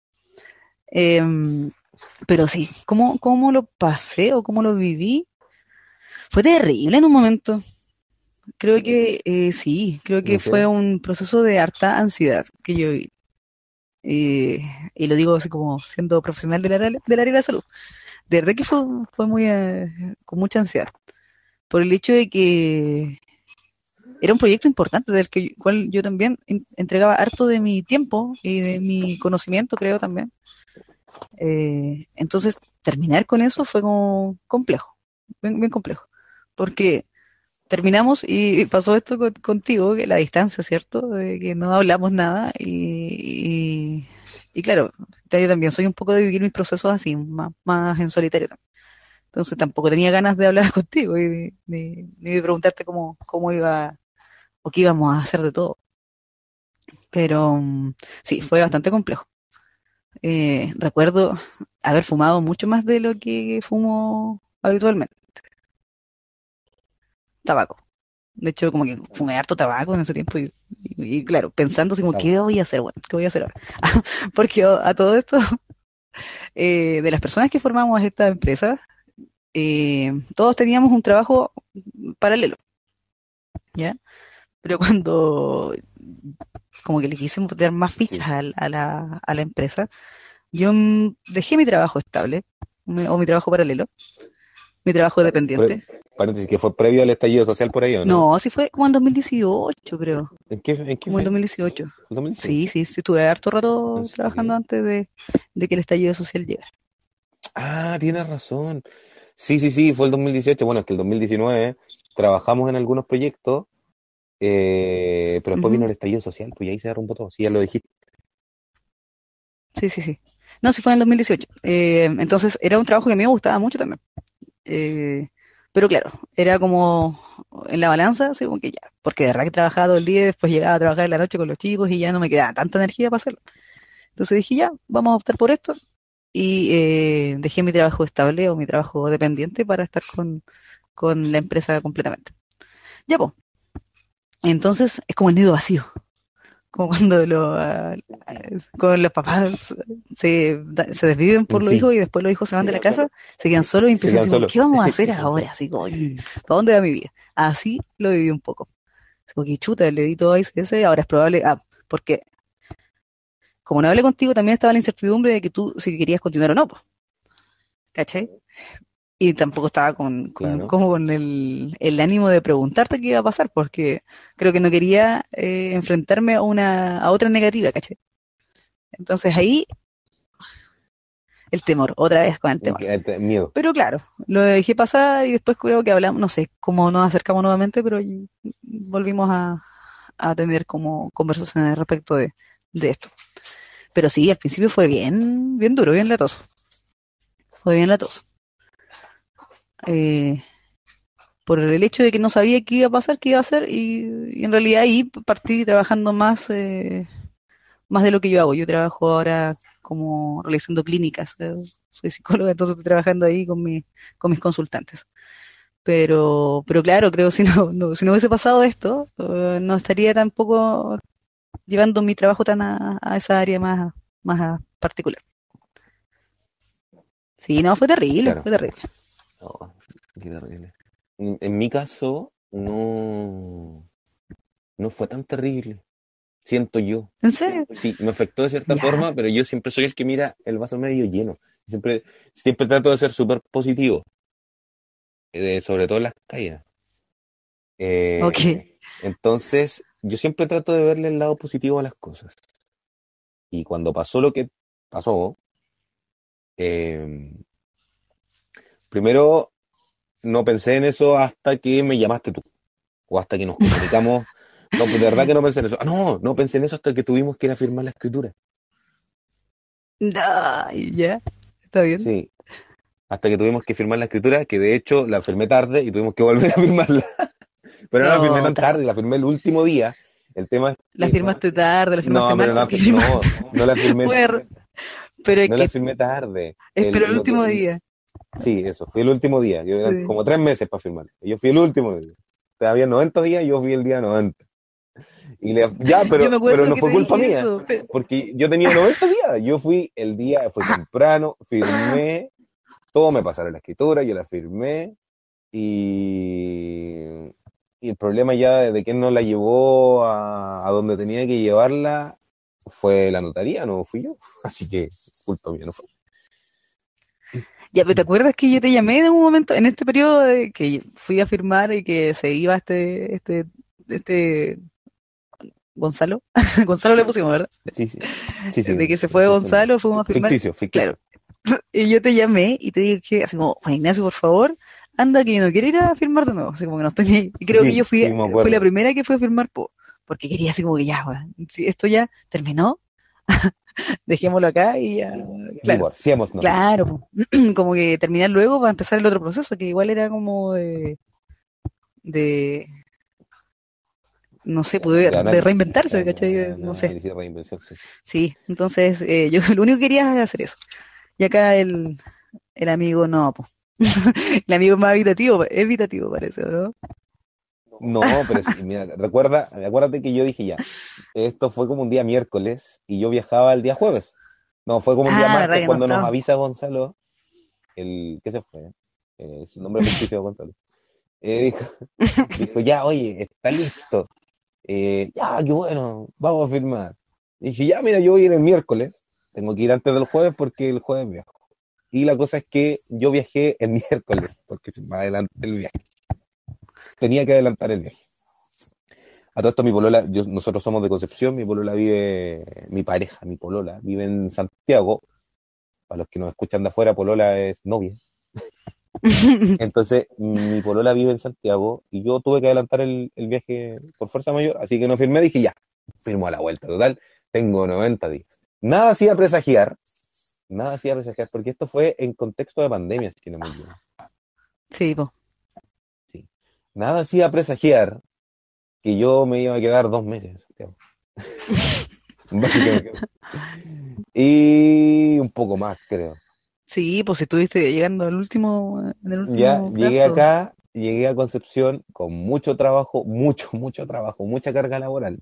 Em, pero sí, ¿cómo, cómo lo pasé o cómo lo viví? Fue terrible en un momento. Creo que eh, sí, creo que ¿En fue serio? un proceso de harta ansiedad que yo viví. Eh, y lo digo así como siendo profesional del área, del área de la salud. De verdad que fue, fue muy eh, con mucha ansiedad. Por el hecho de que era un proyecto importante del que, cual yo también en- entregaba harto de mi tiempo y de mi conocimiento, creo también. Eh, entonces, terminar con eso fue como complejo, bien, bien complejo. Porque terminamos y pasó esto con- contigo, que la distancia, ¿cierto? De que no hablamos nada y, y, y claro, yo también soy un poco de vivir mis procesos así, más, más en solitario también. Entonces tampoco tenía ganas de hablar contigo y de- de- ni de preguntarte cómo, cómo iba o qué íbamos a hacer de todo. Pero mm, sí, fue bastante complejo. Eh, recuerdo haber fumado mucho más de lo que fumo habitualmente, tabaco. De hecho, como que fumé harto tabaco en ese tiempo y, y- y, claro, pensando así como, Vamos. ¿qué voy a hacer? Bueno, ¿qué voy a hacer ahora? Porque a, a todo esto, eh, de las personas que formamos esta empresa, eh, todos teníamos un trabajo paralelo, ¿ya? Pero cuando como que le quise dar más fichas Sí. a, a la, a la empresa, yo mm, dejé mi trabajo estable, mi- o mi trabajo paralelo, mi trabajo Pre- dependiente. Paréntesis, que fue previo al estallido social por ahí, ¿o no? No, así fue como en dos mil dieciocho, creo. ¿En qué, en qué Como en fue? dos mil dieciocho. ¿Fue Sí, dos mil dieciocho? sí, sí, estuve harto ¿En rato trabajando serio? antes de, de que el estallido social llegara. Ah, tienes razón. Sí, sí, sí, fue el dos mil dieciocho. Bueno, es que el dos mil diecinueve trabajamos en algunos proyectos, eh, pero después vino Ujú. el estallido social, pues y ahí se derrumbó todo. Sí, ya lo dijiste. Sí, sí, sí. No, sí fue en el dos mil dieciocho. Eh, entonces era un trabajo que a mí me gustaba mucho también. Eh, pero claro, era como en la balanza, así como que ya, porque de verdad que trabajaba todo el día, después llegaba a trabajar en la noche con los chicos y ya no me quedaba tanta energía para hacerlo. Entonces dije, ya, vamos a optar por esto y eh, dejé mi trabajo estable o mi trabajo dependiente para estar con, con la empresa completamente. Ya, pues, entonces es como el nido vacío, como cuando lo, ah, con los papás se, da- se desviven por los hijos Sí, y después los hijos se van de la casa, se quedan solos y se empiezan quedan así como, solos. ¿qué vamos a hacer Se quedan ahora? solos. Así como, ¿para dónde va mi vida? Así lo viví un poco. Así como que chuta, le di todo a ese, ahora es probable, ah, porque como no hablé contigo, también estaba la incertidumbre de que tú si querías continuar o no, pues, ¿cachai? Y tampoco estaba con, con, Claro. como con el, el ánimo de preguntarte qué iba a pasar, porque creo que no quería eh, enfrentarme a una, a otra negativa, ¿cachai? Entonces ahí el temor, otra vez con el temor. Que- te- Miedo. Pero claro, lo dejé pasar y después creo que hablamos, no sé cómo nos acercamos nuevamente, pero volvimos a, a tener como conversaciones respecto de, de esto. Pero sí, al principio fue bien, bien duro, bien latoso. Fue bien latoso. Eh, por el hecho de que no sabía qué iba a pasar, qué iba a hacer, y, y en realidad ahí partí trabajando más, eh, más de lo que yo hago. Yo trabajo ahora como realizando clínicas. eh, soy psicóloga, entonces estoy trabajando ahí con, mi, con mis consultantes. Pero, pero claro, creo si no, no, si no hubiese pasado esto, eh, no estaría tampoco llevando mi trabajo tan a, a esa área más, más a particular. Sí, no, fue terrible, Claro. fue terrible. Oh, qué terrible. En, en mi caso, no, no fue tan terrible, siento yo. ¿En serio? Sí, me afectó de cierta Ya, forma, pero yo siempre soy el que mira el vaso medio lleno. Siempre, siempre trato de ser súper positivo, eh, sobre todo en las caídas. ok. Eh, entonces, yo siempre trato de verle el lado positivo a las cosas. Y cuando pasó lo que pasó, eh, primero no pensé en eso hasta que me llamaste tú, o hasta que nos comunicamos. No, pues de verdad que no pensé en eso. Ah, no, no pensé en eso hasta que tuvimos que ir a firmar la escritura. Ay, ya, está bien. Sí, hasta que tuvimos que firmar la escritura, que de hecho la firmé tarde y tuvimos que volver a firmarla. Pero no la firmé No, tan ta- tarde, la firmé el último día. El tema es La que, firmaste tarde, la firmaste no, mal. pero no, porque no, firma- no la firmé, fue er- Pero es no la que firmé tarde. esperó El, el lo que, último día. sí, eso, fui el último día. Yo eran Sí. como tres meses para firmar. Yo fui el último día. Había noventa días, yo fui el día noventa. Y le, ya, Yo me pero, pero acuerdo no que fue te culpa dije mía, eso. Pero... porque yo tenía noventa días. Yo fui el día, fui temprano, firmé, todo me pasaron la escritura, yo la firmé, y, y el problema ya de, de quién no la llevó a, a donde tenía que llevarla fue la notaría, no fui yo. Así que culpa mía no fue. Ya, pero ¿te acuerdas que yo te llamé en un momento, en este periodo de que fui a firmar y que se iba este, este, este Gonzalo? Gonzalo le pusimos, ¿verdad? Sí, sí, sí, sí, De que se sí, fue ese es el nombre. Gonzalo, fuimos a firmar. Ficticio, ficticio. Claro. Y yo te llamé y te dije, así como, Juan Ignacio, por favor, anda que yo no quiero ir a firmar de nuevo. Así como que no estoy ni ahí. Y creo que yo Sí, fui, sí, me fui la acuerdo. primera que fue a firmar po- porque quería así como que ya, weón, si esto ya terminó, dejémoslo acá y ya, claro. Divorciémonos. Claro, po. Como que terminar luego para empezar el otro proceso, que igual era como de, de no sé, poder, De, de ana- reinventarse, de ¿cachai? No sé. análisis de reinvención, sí. Sí, entonces eh, yo lo único que quería es hacer eso. Y acá el, el amigo no, po. El amigo es más evitativo, es evitativo parece, ¿no? No, pero sí, mira, recuerda, acuérdate que yo dije ya, esto fue como un día miércoles y yo viajaba el día jueves. No, fue como un día Ah, ¿verdad martes que no cuando nos estaba? avisa Gonzalo, el, ¿qué se fue? Eh, su nombre ficticio de Gonzalo. Eh, dijo, dijo, ya, oye, está listo. Eh, ya, qué bueno, vamos a firmar. Y dije, ya, mira, yo voy a ir el miércoles, tengo que ir antes del jueves porque el jueves viajo. Y la cosa es que yo viajé el miércoles, porque se me adelantó el viaje. Tenía que adelantar el viaje. A todo esto mi polola, yo- nosotros somos de Concepción, mi polola vive, mi pareja, mi polola, vive en Santiago. Para los que nos escuchan de afuera, polola es novia. Entonces, mi polola vive en Santiago y yo tuve que adelantar el, el viaje por fuerza mayor, así que no firmé, dije ya, firmo a la vuelta. Total, tengo noventa días. Nada hacía presagiar, nada hacía presagiar, porque esto fue en contexto de pandemia, si no me equivoco. Sí, po. Sí. Nada hacía presagiar que yo me iba a quedar dos meses en Santiago, básicamente. Y un poco más, creo. Sí, pues si estuviste llegando al último, en el Ya último llegué plazo. acá, llegué a Concepción con mucho trabajo, mucho, mucho trabajo, mucha carga laboral.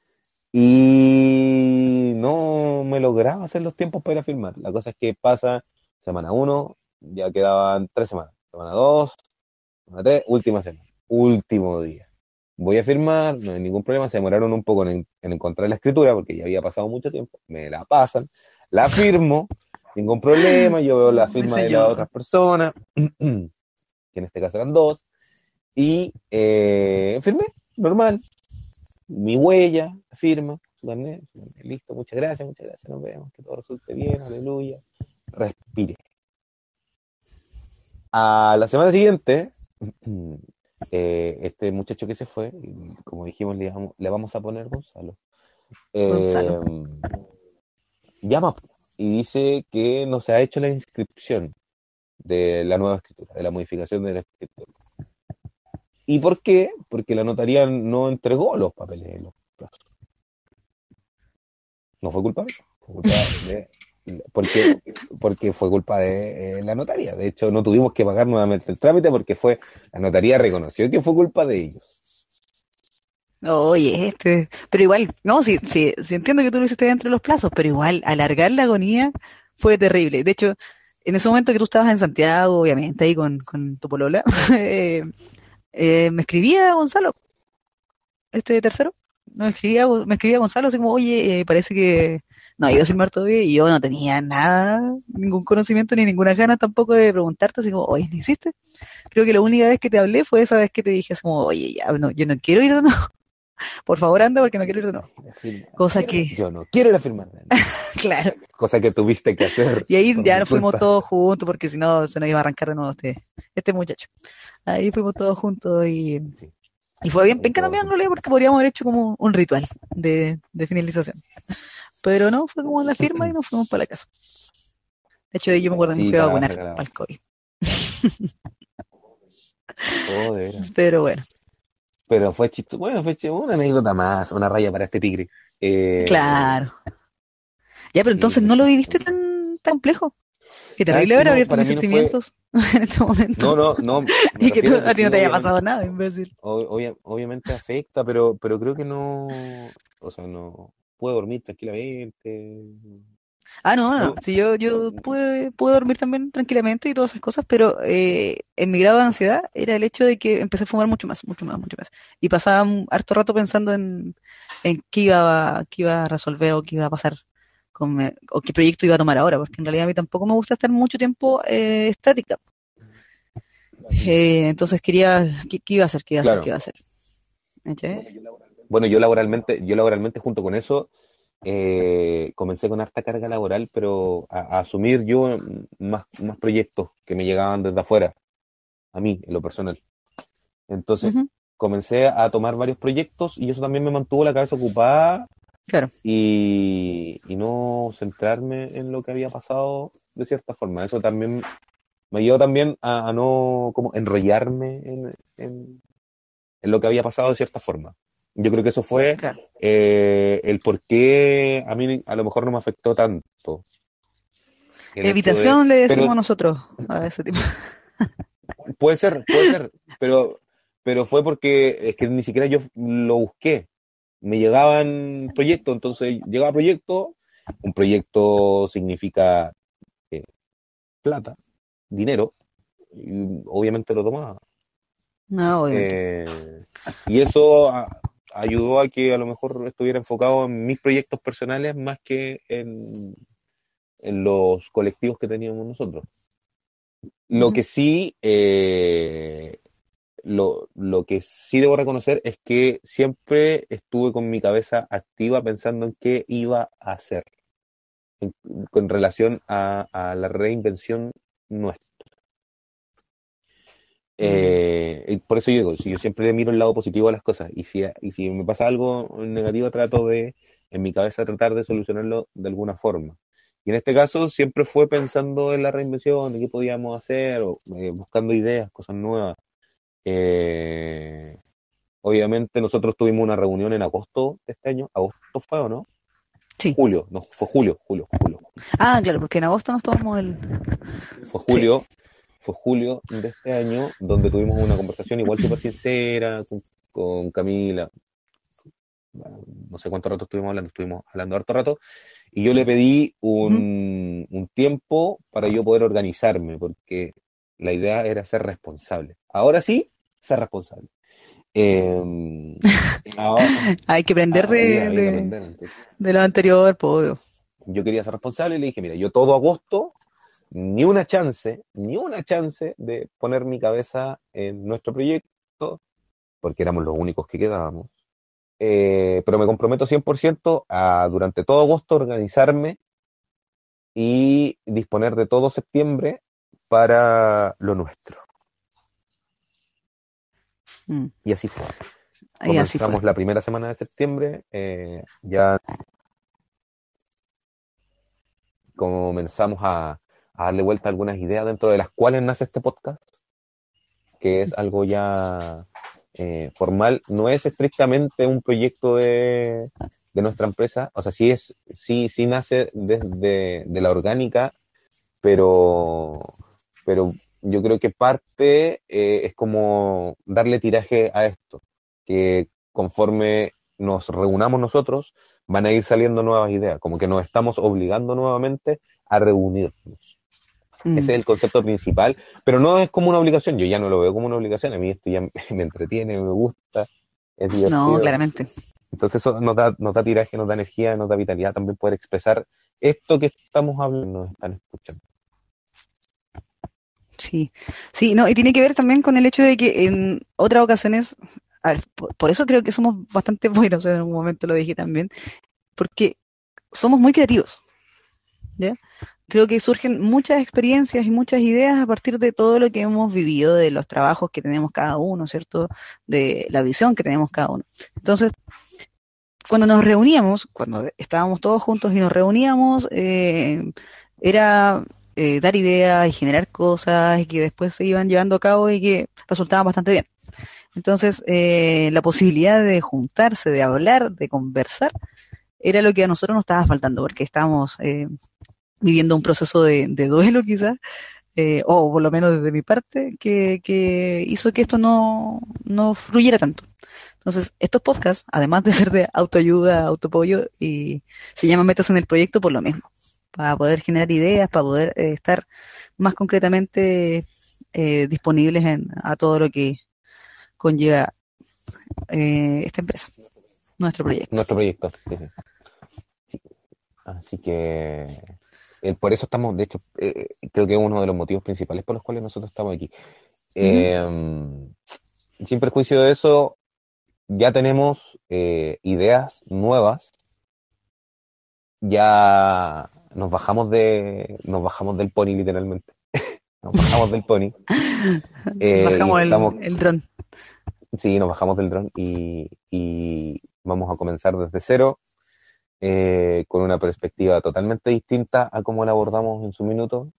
Y no me lograba hacer los tiempos para ir a filmar. La cosa es que pasa semana uno, ya quedaban tres semanas. Semana dos, semana tres, última semana. Último día. Voy a firmar, no hay ningún problema. Se demoraron un poco en, en encontrar la escritura porque ya había pasado mucho tiempo. Me la pasan, la firmo, ningún problema. Yo veo la Mi firma de las señor. otras personas, que en este caso eran dos, y eh, firmé, normal, mi huella, la firma, su carnet, su carnet, listo, muchas gracias, muchas gracias, nos vemos, que todo resulte bien, aleluya, respire. A la semana siguiente, eh, este muchacho que se fue, como dijimos, le vamos, le vamos a poner Gonzalo, Gonzalo. eh, llama y dice que no se ha hecho la inscripción de la nueva escritura, de la modificación de la escritura. ¿Y por qué? Porque la notaría no entregó los papeles en los plazos. No fue culpa mía, fue culpa de... Porque, porque fue culpa de eh, la notaría. De hecho, no tuvimos que pagar nuevamente el trámite porque fue la notaría reconoció que fue culpa de ellos. Oye, este, pero igual, no, sí, sí, sí entiendo que tú lo hiciste dentro de los plazos, pero igual, alargar la agonía fue terrible. De hecho, en ese momento que tú estabas en Santiago, obviamente, ahí con, con tu polola, eh, eh, me escribía Gonzalo, este tercero, me escribía, me escribía Gonzalo así como, oye, eh, parece que no ha ido a firmar todavía, y yo no tenía nada, ningún conocimiento ni ninguna ganas tampoco de preguntarte, así como, oye, ¿lo hiciste? Creo que la única vez que te hablé fue esa vez que te dije así como, oye, ya, no, yo no quiero ir de nuevo, por favor anda porque no quiero ir de nuevo. Cosa que, Yo no quiero ir a firmar. claro, Cosa que tuviste que hacer y ahí por ya mi nos fuimos culpa. todos juntos porque si no se nos iba a arrancar de nuevo este, este muchacho. Ahí fuimos todos juntos y, Sí, y fue bien ahí penca todo también en resultó. realidad porque podríamos haber hecho como un ritual de, de finalización. Pero no, fue como la firma y nos fuimos para la casa. De hecho, yo me acuerdo que me Sí, fui a calabaza, vacunar para el calabaza. COVID. Oh, de veras. Pero bueno. pero fue chistoso, bueno, fue chistoso, una anécdota más, una raya para este tigre. Eh, Claro. Ya, pero sí, entonces fue no lo chistoso. viviste tan, tan complejo. Qué ¿Sabes terrible qué? haber No, abierto para mis mí no fue, sentimientos en este no, momento. no, no, me Y que tú- refiero a que a ti sí, no te haya pasado obviamente, nada, imbécil. ob- obvia- obviamente afecta, pero, pero creo que no, o sea, no, puedo dormir tranquilamente, Ah, no, no, no. no, Sí, yo, yo pude, pude dormir también tranquilamente y todas esas cosas, pero eh, en mi grado de ansiedad era el hecho de que empecé a fumar mucho más, mucho más, mucho más. Y pasaba un harto rato pensando en, en qué iba, a- qué iba a resolver o qué iba a pasar con me- o qué proyecto iba a tomar ahora, porque en realidad a mí tampoco me gusta estar mucho tiempo eh, estática. Eh, entonces quería, ¿qué, qué iba a hacer? ¿Qué iba a hacer? ¿Qué claro. iba a hacer? ¿Cachai? Bueno, yo laboralmente, yo laboralmente junto con eso, eh, comencé con harta carga laboral, pero a, a asumir yo más, más proyectos que me llegaban desde afuera, a mí, en lo personal. Entonces, Ujú, comencé a tomar varios proyectos y eso también me mantuvo la cabeza ocupada claro. y, y no centrarme en lo que había pasado de cierta forma. Eso también me ayudó también a, a no como enrollarme en, en, en lo que había pasado de cierta forma. Yo creo que eso fue Claro. eh, el por qué a mí a lo mejor no me afectó tanto el hecho de... Evitación le Pero decimos nosotros a ese tipo. puede ser, puede ser, pero, pero fue porque es que ni siquiera yo lo busqué. Me llegaban proyectos, entonces llegaba proyecto, un proyecto significa eh, plata, dinero, y obviamente lo tomaba. No, obviamente. Eh, y eso a- ayudó a que a lo mejor estuviera enfocado en mis proyectos personales más que en, en los colectivos que teníamos nosotros. Lo Ujú. que sí, eh, lo, lo que sí debo reconocer es que siempre estuve con mi cabeza activa pensando en qué iba a hacer en- con relación a, a la reinvención nuestra. Mm, Eh, y por eso yo digo, si yo siempre miro el lado positivo de las cosas y si, y si me pasa algo negativo trato de, en mi cabeza, tratar de solucionarlo de alguna forma. Y en este caso siempre fue pensando en la reinvención, de qué podíamos hacer, o, eh, buscando ideas, cosas nuevas. Eh, obviamente nosotros tuvimos una reunión en agosto de este año. ¿Agosto fue o no? sí. Julio, no, fue julio, julio, julio. Ah, claro, porque en agosto nos tomamos el... Fue Sí. julio, fue julio de este año donde tuvimos una conversación igual súper sincera con, con Camila. Bueno, no sé cuánto rato estuvimos hablando, estuvimos hablando harto rato, y yo le pedí Ujú. un, un tiempo para yo poder organizarme, porque la idea era ser responsable. Ahora sí, ser responsable. Eh, ahora, Hay que aprender había, de, había que de, aprender. Entonces, de lo anterior, pues. yo quería ser responsable y le dije, mira, yo todo agosto, ni una chance, ni una chance de poner mi cabeza en nuestro proyecto, porque éramos los únicos que quedábamos. Eh, pero me comprometo cien por ciento a durante todo agosto organizarme y disponer de todo septiembre para lo nuestro. Mm, Y así fue. y así fue. Comenzamos la primera semana de septiembre, eh, ya comenzamos a, a darle vuelta a algunas ideas dentro de las cuales nace este podcast, que es algo ya eh, formal. No es estrictamente un proyecto de, de nuestra empresa, o sea, sí, es, sí, sí nace desde de la orgánica, pero, pero yo creo que parte eh, es como darle tiraje a esto, que conforme nos reunamos nosotros, van a ir saliendo nuevas ideas, como que nos estamos obligando nuevamente a reunirnos. Mm, Ese es el concepto principal, pero no es como una obligación, yo ya no lo veo como una obligación, a mí esto ya me, me entretiene, me gusta, es no, divertido. claramente. Entonces eso nos da, nos da tiraje, nos da energía, nos da vitalidad también poder expresar esto que estamos hablando, nos están escuchando. Sí. Sí, no, y tiene que ver también con el hecho de que en otras ocasiones, a ver, por, por eso creo que somos bastante buenos, en algún momento lo dije también, porque somos muy creativos, ¿ya? Creo que surgen muchas experiencias y muchas ideas a partir de todo lo que hemos vivido, de los trabajos que tenemos cada uno, ¿cierto? De la visión que tenemos cada uno. Entonces, cuando nos reuníamos, cuando estábamos todos juntos y nos reuníamos, eh, era eh, dar ideas y generar cosas y que después se iban llevando a cabo y que resultaban bastante bien. Entonces, eh, la posibilidad de juntarse, de hablar, de conversar, era lo que a nosotros nos estaba faltando, porque estábamos eh, viviendo un proceso de, de duelo quizás, eh, o por lo menos desde mi parte, que, que hizo que esto no, no fluyera tanto. Entonces, estos podcasts, además de ser de autoayuda, autoapoyo, y se llaman Metas en el Proyecto por lo mismo, para poder generar ideas, para poder eh, estar más concretamente eh, disponibles en, a todo lo que conlleva eh, esta empresa, nuestro proyecto. Nuestro proyecto. Sí, sí. Sí. Así que eh, por eso estamos, de hecho, eh, creo que es uno de los motivos principales por los cuales nosotros estamos aquí. Eh, uh-huh. Sin perjuicio de eso, ya tenemos eh, ideas nuevas. Ya nos bajamos de, nos bajamos del pony literalmente. Nos bajamos del pony. eh, bajamos el, estamos, el dron. Sí, nos bajamos del dron y, y vamos a comenzar desde cero, eh, con una perspectiva totalmente distinta a cómo la abordamos en su minuto.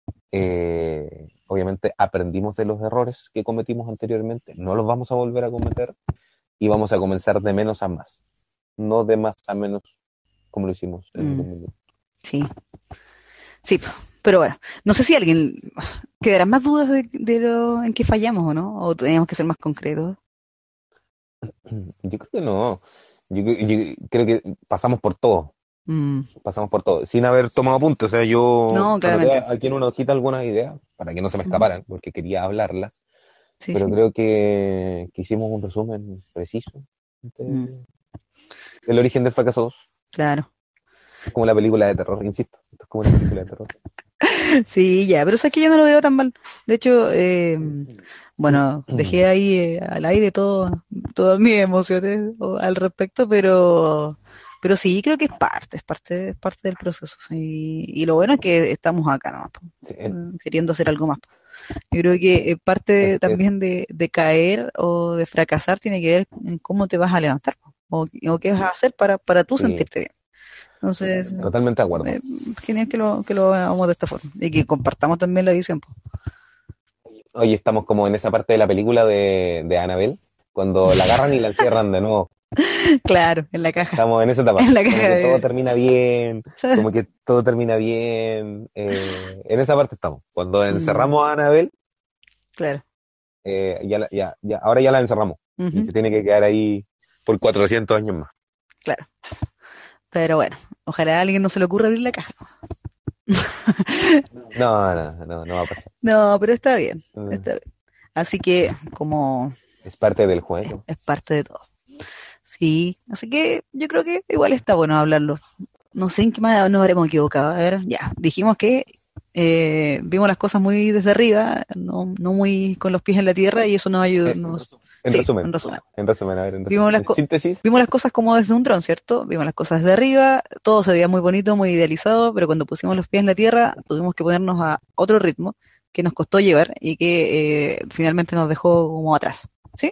Eh, obviamente aprendimos de los errores que cometimos anteriormente, no los vamos a volver a cometer y vamos a comenzar de menos a más, no de más a menos como lo hicimos en mm, algún minuto. Sí, sí, pero bueno, no sé si alguien quedarán más dudas de, de lo en que fallamos o no, o teníamos que ser más concretos. Yo creo que no, yo, yo creo que pasamos por todo. Mm. Pasamos por todo, sin haber tomado apuntes. O sea, yo no, anoté aquí en una hojita algunas ideas para que no se me escaparan, porque quería hablarlas, sí, pero sí. Creo que, que hicimos un resumen preciso de, mm. del origen del fracaso dos. Claro. Es como la película de terror, insisto, es como una película de terror. Sí, ya, pero sabes que yo no lo veo tan mal. De hecho, eh, bueno, dejé ahí eh, al aire todo, todas mis emociones al respecto, pero pero sí, creo que es parte, es parte, es parte del proceso. Y, y lo bueno es que estamos acá nomás, sí. queriendo hacer algo más. Yo creo que parte es, también es... de, de caer o de fracasar tiene que ver en cómo te vas a levantar o, o qué vas a hacer para, para tú sí. sentirte bien. Entonces, totalmente de acuerdo. Eh, genial que lo, que lo hagamos de esta forma y que compartamos también la visión. Hoy estamos como en esa parte de la película de, de Annabelle, cuando la agarran y la encierran de nuevo. Claro, en la caja. Estamos en esa etapa. En la como caja que de... todo termina bien, como que todo termina bien. Eh, en esa parte estamos. Cuando encerramos a Annabelle, claro. Eh, ya, ya, ya, ahora ya la encerramos. Uh-huh. Y se tiene que quedar ahí por cuatrocientos años más. Claro. Pero bueno, ojalá a alguien no se le ocurra abrir la caja. No, no, no, no va a pasar. No, pero está bien, está bien. Así que, como... Es parte del juego. Es, es parte de todo. Sí, así que yo creo que igual está bueno hablarlo. No sé en qué más nos habremos equivocado. A ver, ya, dijimos que eh, vimos las cosas muy desde arriba, no, no muy con los pies en la tierra, y eso nos ayudó. Nos... En, sí, resumen, en resumen. En resumen, a ver, en resumen. Vimos las, co- síntesis. Vimos las cosas como desde un dron, ¿cierto? Vimos las cosas desde arriba, todo se veía muy bonito, muy idealizado, pero cuando pusimos los pies en la tierra tuvimos que ponernos a otro ritmo que nos costó llevar y que eh, finalmente nos dejó como atrás, ¿sí?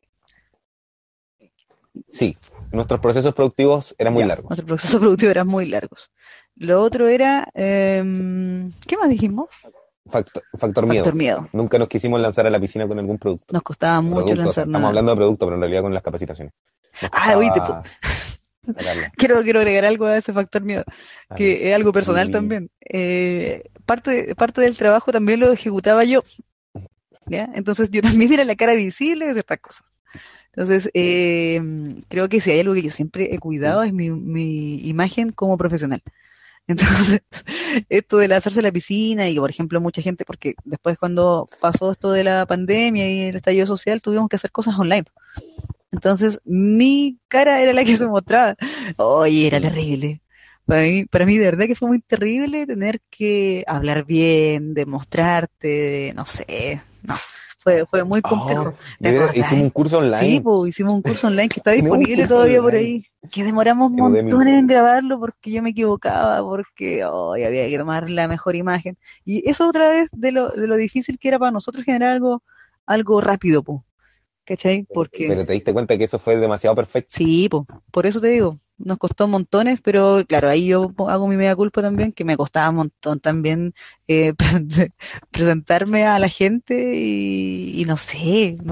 Sí, nuestros procesos productivos eran muy ya, largos. Nuestros procesos productivos eran muy largos. Lo otro era, eh, ¿qué más dijimos? Factor, factor, miedo. Factor miedo. Nunca nos quisimos lanzar a la piscina con algún producto. Nos costaba mucho producto, lanzar o sea, nada. Estamos hablando de producto, pero en realidad con las capacitaciones. Ah, oye, te puedo... quiero, quiero agregar algo a ese factor miedo, que ver, es algo personal sí. también. Eh, parte, parte del trabajo también lo ejecutaba yo, ¿ya? Entonces yo también era la cara visible de ciertas cosas. Entonces, eh, creo que si hay algo que yo siempre he cuidado es mi, mi imagen como profesional. Entonces, esto de lanzarse a la piscina y, por ejemplo, mucha gente, porque después cuando pasó esto de la pandemia y el estallido social, tuvimos que hacer cosas online. Entonces, mi cara era la que se mostraba. Oye, era terrible. Para mí, para mí, de verdad que fue muy terrible tener que hablar bien, demostrarte, no sé, no. Fue, fue muy complejo. Oh, verdad, hicimos un curso online. Sí, pues hicimos un curso online que está disponible todavía online. Por ahí. Que demoramos montones en grabarlo porque yo me equivocaba, porque oh, había que tomar la mejor imagen. Y eso otra vez de lo, de lo difícil que era para nosotros generar algo, algo rápido, pues. ¿Cachai? Porque... Pero te diste cuenta que eso fue demasiado perfecto. Sí, pues, por eso te digo, nos costó montones, pero claro, ahí yo hago mi media culpa también, que me costaba un montón también eh, presentarme a la gente y, y no sé, no sé,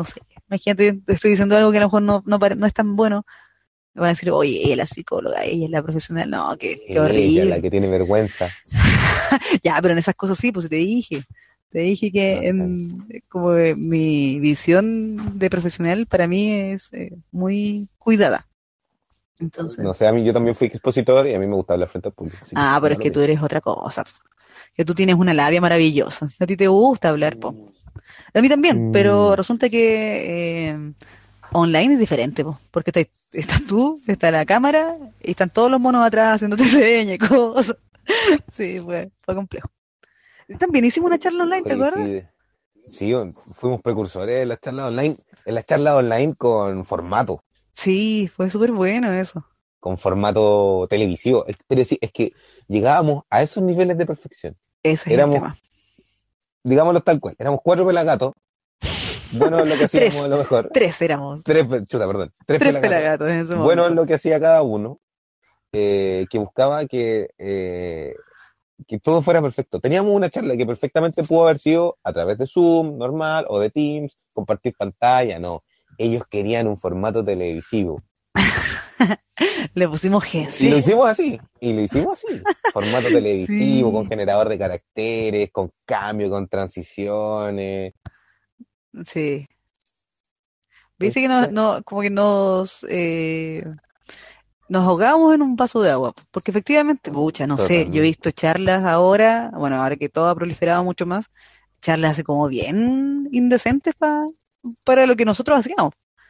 Imagínate, te estoy diciendo algo que a lo mejor no, no, pare- no es tan bueno. Me van a decir, oye, ella es la psicóloga, ella es la profesional. No, qué, qué Ella, la horrible. que tiene vergüenza. Ya, pero en esas cosas sí, pues te dije. Te dije No, que está bien. en, como que mi visión de profesional para mí es eh, muy cuidada. Entonces, No sé, a mí yo también fui expositor y a mí me gusta hablar frente al público, así que ah, pero da es lo que tú mismo. eres otra cosa. Que tú tienes una labia maravillosa. A ti te gusta hablar, po. A mí también, pero Mm, resulta que eh, online es diferente, po, porque está- estás tú, está la cámara y están todos los monos atrás haciéndote señas y cosas. Sí, fue, fue complejo. También hicimos una charla online, ¿te acuerdas? coincide. Sí, fuimos precursores en las charlas online, en las charlas online con formato, Sí, fue súper bueno eso. con formato televisivo. Es- Pero sí, es que llegábamos a esos niveles de perfección. Ese es el Éramos, tema. digámoslo tal cual, éramos cuatro pelagatos, buenos en lo que hacíamos a Tres, lo mejor. tres éramos. Tres, pe- chuta, perdón, tres Tres pelagatos, pelagatos en ese buenos en momento. lo que hacía cada uno, eh, que buscaba que, eh, que todo fuera perfecto. Teníamos una charla que perfectamente pudo haber sido a través de Zoom, normal, o de Teams, compartir pantalla, no. Ellos querían un formato televisivo. Le pusimos Y lo G C. hicimos así, y lo hicimos así. Formato televisivo, con Sí, generador de caracteres, con cambio, con transiciones. sí. Es- Viste que no, no, como que nos, eh, nos ahogamos en un vaso de agua, porque efectivamente, pucha, no sé, yo he Totalmente. visto charlas ahora, bueno, ahora que todo ha proliferado mucho más, charlas así como bien indecentes pa- para lo que nosotros hacíamos.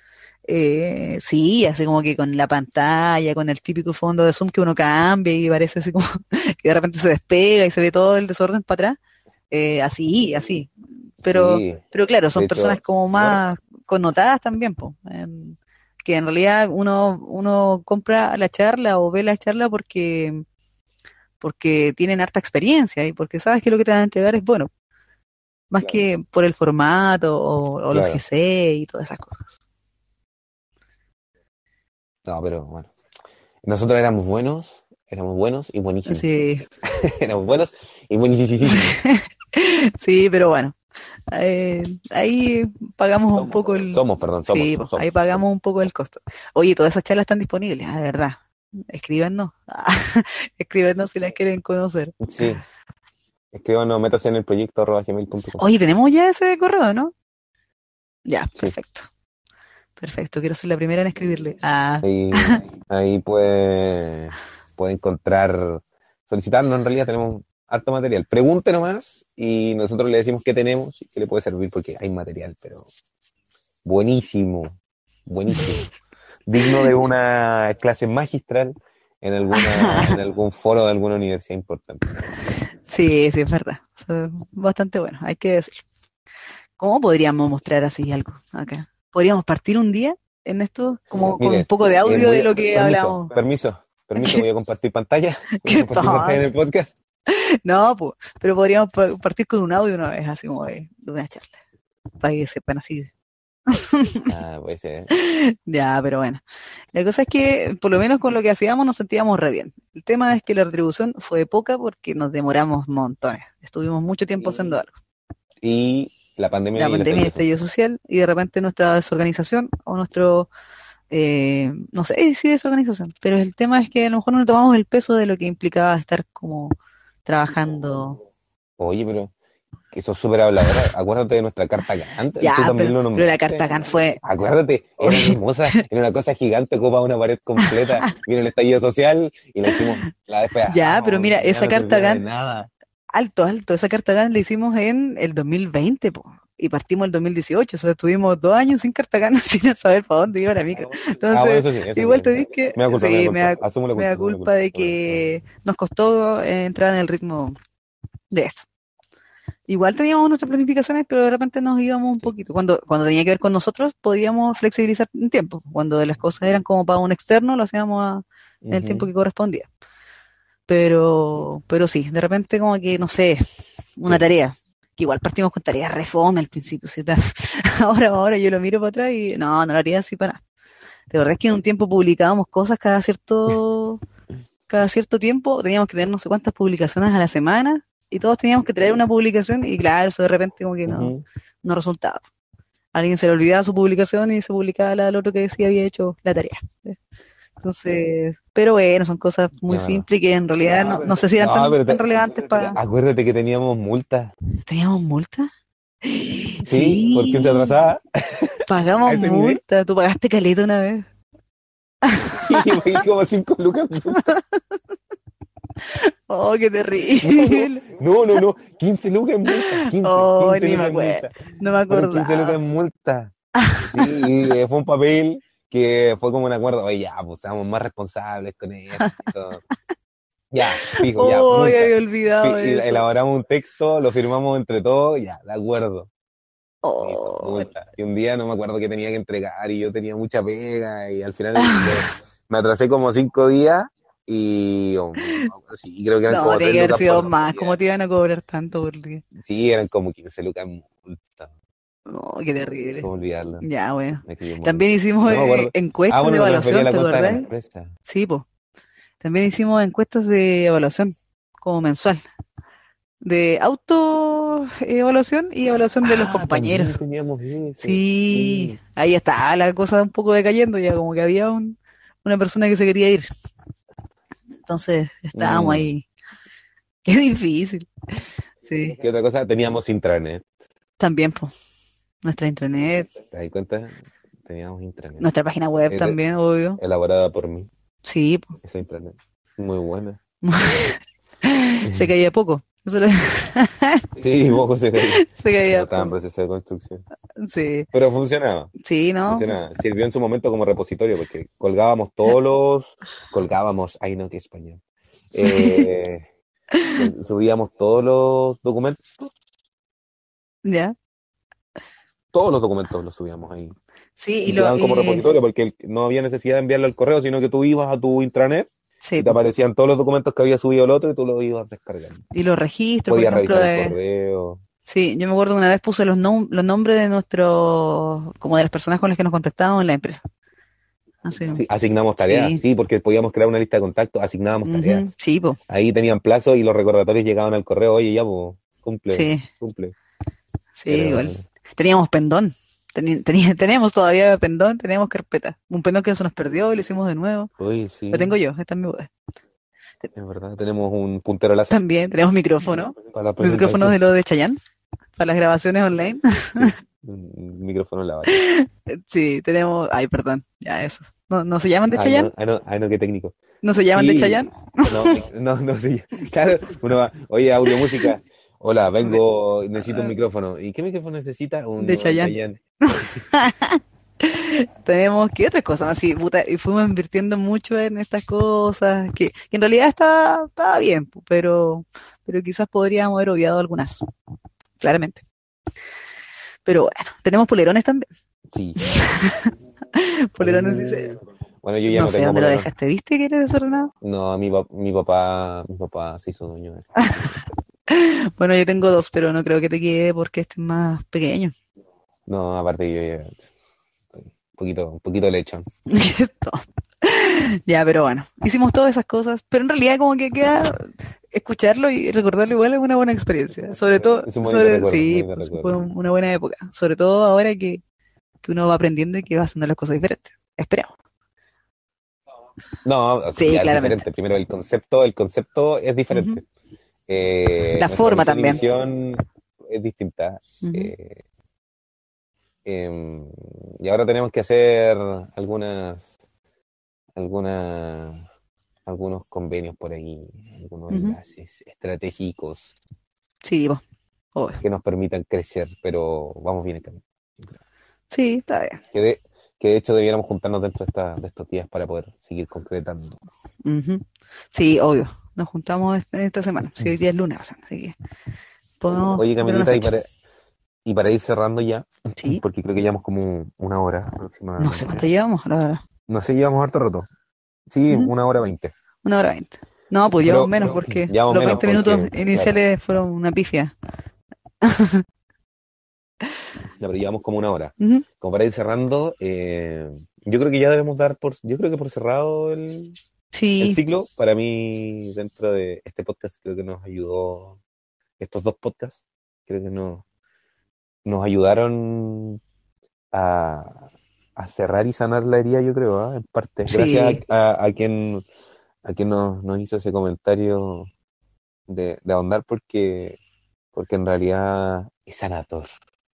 Eh, sí, así como que con la pantalla, con el típico fondo de Zoom que uno cambia y parece así como que de repente se despega y se ve todo el desorden para atrás. Eh, así, así. Pero, Sí, pero claro, de son personas hecho, como bueno, más connotadas también, po, en- que en realidad uno, uno compra la charla o ve la charla porque, porque tienen harta experiencia y porque sabes que lo que te van a entregar es bueno, más claro, que por el formato o, o los claro. G C y todas esas cosas. No, pero bueno. Nosotros éramos buenos, éramos buenos y buenísimos. Sí, Éramos buenos y buenísimos. sí, pero bueno, eh, ahí pagamos un Somos, poco el, somos, perdón, somos, sí, pues, ahí somos, pagamos somos. un poco el costo. Oye, todas esas charlas están disponibles, ah, de verdad. Escríbanos, escríbanos si las quieren conocer. Sí, escríbanos, métase en el proyecto arroba gmail punto com. Oye, tenemos ya ese correo, ¿no? Ya, Sí, perfecto, perfecto. Quiero ser la primera en escribirle. Ah, ahí, ahí puede, puede encontrar, solicitarnos, en realidad tenemos harto material. Pregunte nomás y nosotros le decimos qué tenemos y qué le puede servir porque hay material, pero buenísimo, buenísimo. Digno de una clase magistral en alguna, en algún foro de alguna universidad importante. sí, sí, es verdad. Son bastante bueno, hay que decir. ¿Cómo podríamos mostrar así algo acá? ¿Podríamos partir un día en esto, como con un Miren, poco de eh, audio voy de a, lo que permiso, hablamos? permiso, permiso, ¿Qué, voy a compartir pantalla, voy a qué compartir pantalla en tonto? el podcast. No, pues, pero podríamos pa- partir con un audio una vez, así como de, de una charla, para que sepan así. Ah, puede ser. Ya, pero bueno. La cosa es que, por lo menos con lo que hacíamos, nos sentíamos re bien. El tema es que la retribución fue poca porque nos demoramos montones. Estuvimos mucho tiempo haciendo algo. Y la pandemia La y el pandemia, el estallido estallido social. social, y de repente nuestra desorganización o nuestro, eh, no sé si desorganización, pero el tema es que a lo mejor no tomamos el peso de lo que implicaba estar como trabajando. Oye, pero que sos súper habladora. Acuérdate de nuestra carta Gant, tú Ya, también pero, lo pero la nombraste. carta Khan fue, Acuérdate, era oye, hermosa, era una cosa gigante, ocupa una pared completa. Vino el estallido social y la hicimos, la ya, pero despedazamos, mira, ya esa no carta servía de Khan, nada. alto, alto, esa carta Khan la hicimos en el dos mil veinte, po, y partimos el dos mil dieciocho, o sea, estuvimos dos años sin carta Khan sin saber para dónde iba la micro. Ah, bueno, Entonces, eso sí, eso sí, igual eso te sí. dije que, Me da culpa, me da sí, me culpa. da, Asumo la me da culpa, asumo la culpa culpa. de que nos costó eh, entrar en el ritmo de esto. Igual teníamos nuestras planificaciones, pero de repente nos íbamos un Sí. poquito. Cuando, cuando tenía que ver con nosotros, podíamos flexibilizar en tiempo. Cuando las cosas eran como para un externo, lo hacíamos a- en el tiempo Ujú. que correspondía. Pero, pero sí, de repente como que, no sé, una Sí. tarea. Que igual partimos con tareas refome al principio. ¿Sí? Ahora, ahora yo lo miro para atrás y no, no lo haría así para nada. De verdad es que en un tiempo publicábamos cosas cada cierto, cada cierto tiempo, teníamos que tener no sé cuántas publicaciones a la semana y todos teníamos que traer una publicación y claro, eso de repente como que no, Ujú. no resultaba. A alguien se le olvidaba su publicación y se publicaba la del otro que sí había hecho la tarea. Entonces, pero bueno, son cosas muy No, simples que en realidad no, no sé si eran no, tan, pero tan te- relevantes para... acuérdate que teníamos multas. ¿Teníamos multa? Sí, porque se Sí, atrasaba a pagamos ese nivel. multa. ¿Tú pagaste caleta una vez? Sí, pagué como cinco lucas en multa. Oh, qué No, no, terrible. no, no, no. quince lucas en multa. quince, Oh, quince ni me lucas en acuerdo. multa. No me Fueron quince lucas acordaba. en multa. Sí, y eh, fue un papel que fue como un acuerdo. Oye, ya, pues seamos más responsables con esto y todo. Ya, fijo, ya, Oh, ya multa. había Fi- olvidado y eso. elaboramos un texto, lo firmamos entre todos, ya, de acuerdo. Listo, Oh, multa. Y un día no me acuerdo qué tenía que entregar y yo tenía mucha pega y al final le- me atrasé como cinco días y oh, no me acuerdo, sí, creo que eran no, como tiene tres que haber lucas por sido más. ¿Cómo día. te iban a cobrar tanto por día? Sí, eran como quince lucas en multa. No, qué terrible. ¿Cómo olvidarlo? Ya, bueno. Me quedé muy También mal. hicimos No me eh, acuerdo. Ah, encuestas de bueno, me transferí a evaluación, la ¿te cuenta de la acordás? empresa. Sí, pues. También hicimos encuestas de evaluación, como mensual. De autoevaluación y evaluación de los Ah, compañeros. también teníamos ese. Sí, Sí. ahí está la cosa un poco decayendo, ya como que había un, una persona que se quería ir. Entonces estábamos Mm. ahí. Qué difícil. Sí, ¿Qué otra cosa? Teníamos intranet. también, pues, nuestra intranet, ¿Te das cuenta? Teníamos intranet. nuestra página web Era también, obvio. elaborada por mí, Sí, pues. esa intranet. Muy buena. Se caía poco. Eso lo- Sí, poco se caía. se Cuando caía estaba en poco. proceso de construcción. Sí, Pero funcionaba. sí, ¿no? Pues, Funcionaba. Sirvió en su momento como repositorio porque colgábamos todos los. Colgábamos. Ay, no, qué español. sí, Eh, col- subíamos todos los documentos. ya. Todos los documentos los subíamos ahí. Sí, y Y lo, quedaban como y, repositorio porque el- no había necesidad de enviarlo al correo, sino que tú ibas a tu intranet sí, y te po. aparecían todos los documentos que había subido el otro y tú los ibas descargando. Y los registros, por Podías ejemplo, revisar el de, correo. sí, yo me acuerdo que una vez puse los, nom- los nombres de nuestros, como de las personas con las que nos contactábamos en la empresa. Así, Sí, asignamos tareas, sí, sí, porque podíamos crear una lista de contactos, asignábamos ujú, tareas. sí, po, Ahí tenían plazo y los recordatorios llegaban al correo, oye, ya, pues, cumple, sí, cumple. sí, Era igual. bueno. Teníamos pendón, Teni- teni- teníamos todavía pendón, teníamos carpeta. Un pendón que se nos perdió y lo hicimos de nuevo. Oye, Lo sí, tengo yo, está en mi boda. es verdad, tenemos un puntero láser También tenemos micrófono, para la micrófonos de presentación. lo de Chayanne, para las grabaciones online. Sí, un micrófono en la baña. Sí, tenemos, ay, perdón, ya eso. ¿No, no se llaman de Ay, Chayanne? no, ay, no, ay, no, qué técnico. ¿No se llaman de Sí, Chayanne? no, no, no, sí. Claro, uno va, oye, audio música. Hola, De, vengo, necesito un ah, micrófono. ¿Y qué micrófono necesita? de Un Chayanne. Chayanne. Tenemos, ¿qué otras cosas más? Sí, puta, y fuimos invirtiendo mucho en estas cosas, que, que en realidad estaba, estaba bien, pu, pero, pero quizás podríamos haber obviado algunas, claramente. Pero bueno, tenemos polerones también. Sí. Polerones dice, Uh, bueno, yo ya no no sé tengo dónde lo polerón. dejaste, ¿viste que eres desordenado? No, mi, pa- mi papá, mi papá se hizo dueño de él. Bueno, yo tengo dos, pero no creo que te quede porque este es más pequeño. No, aparte yo ya estoy un poquito, un poquito lechón. Esto. Ya, pero bueno, hicimos todas esas cosas, pero en realidad como que queda escucharlo y recordarlo igual es una buena experiencia, sobre todo, Es un bonito sobre, recuerdo, un sí, bonito pues fue recuerdo. un- una buena época, sobre todo ahora que, que uno va aprendiendo y que va haciendo las cosas diferentes. Esperemos. No, o sea, Sí, ya es claramente. diferente. Primero el concepto, el concepto es Ujú. diferente. Eh, La nuestra forma misión y también. visión es distinta. Ujú. Eh, em, y ahora tenemos que hacer algunas, algunas, algunos convenios por ahí, algunos Ujú. enlaces estratégicos Sí, pues, obvio. que nos permitan crecer, pero vamos bien en camino. Sí, está bien. Que de, que de hecho debiéramos juntarnos dentro de, esta, de estos días para poder seguir concretando. Ujú. Sí, obvio. Nos juntamos este- esta semana. Si hoy día es lunes, o sea, así que podemos Oye, ver una Camilita, y fecha. para, y para ir cerrando ya, Sí. porque creo que llevamos como una hora No sé aproximadamente. cuánto llevamos, la verdad. No sé, llevamos harto rato. Sí, Ujú. una hora veinte. Una hora veinte. No, pues llevamos Pero menos porque llevamos los menos veinte minutos porque, claro, iniciales fueron una pifia. ya, pero llevamos como una hora. Ujú. Como para ir cerrando, eh, yo creo que ya debemos dar por, yo creo que por cerrado el, el Sí, ciclo. Para mí, dentro de este podcast, creo que nos ayudó, estos dos podcasts, creo que nos, nos ayudaron a, a cerrar y sanar la herida, yo creo, ¿ah? En parte. Gracias Sí, a, a, a quien, a quien nos, nos hizo ese comentario de, de ahondar, porque, porque en realidad es sanador.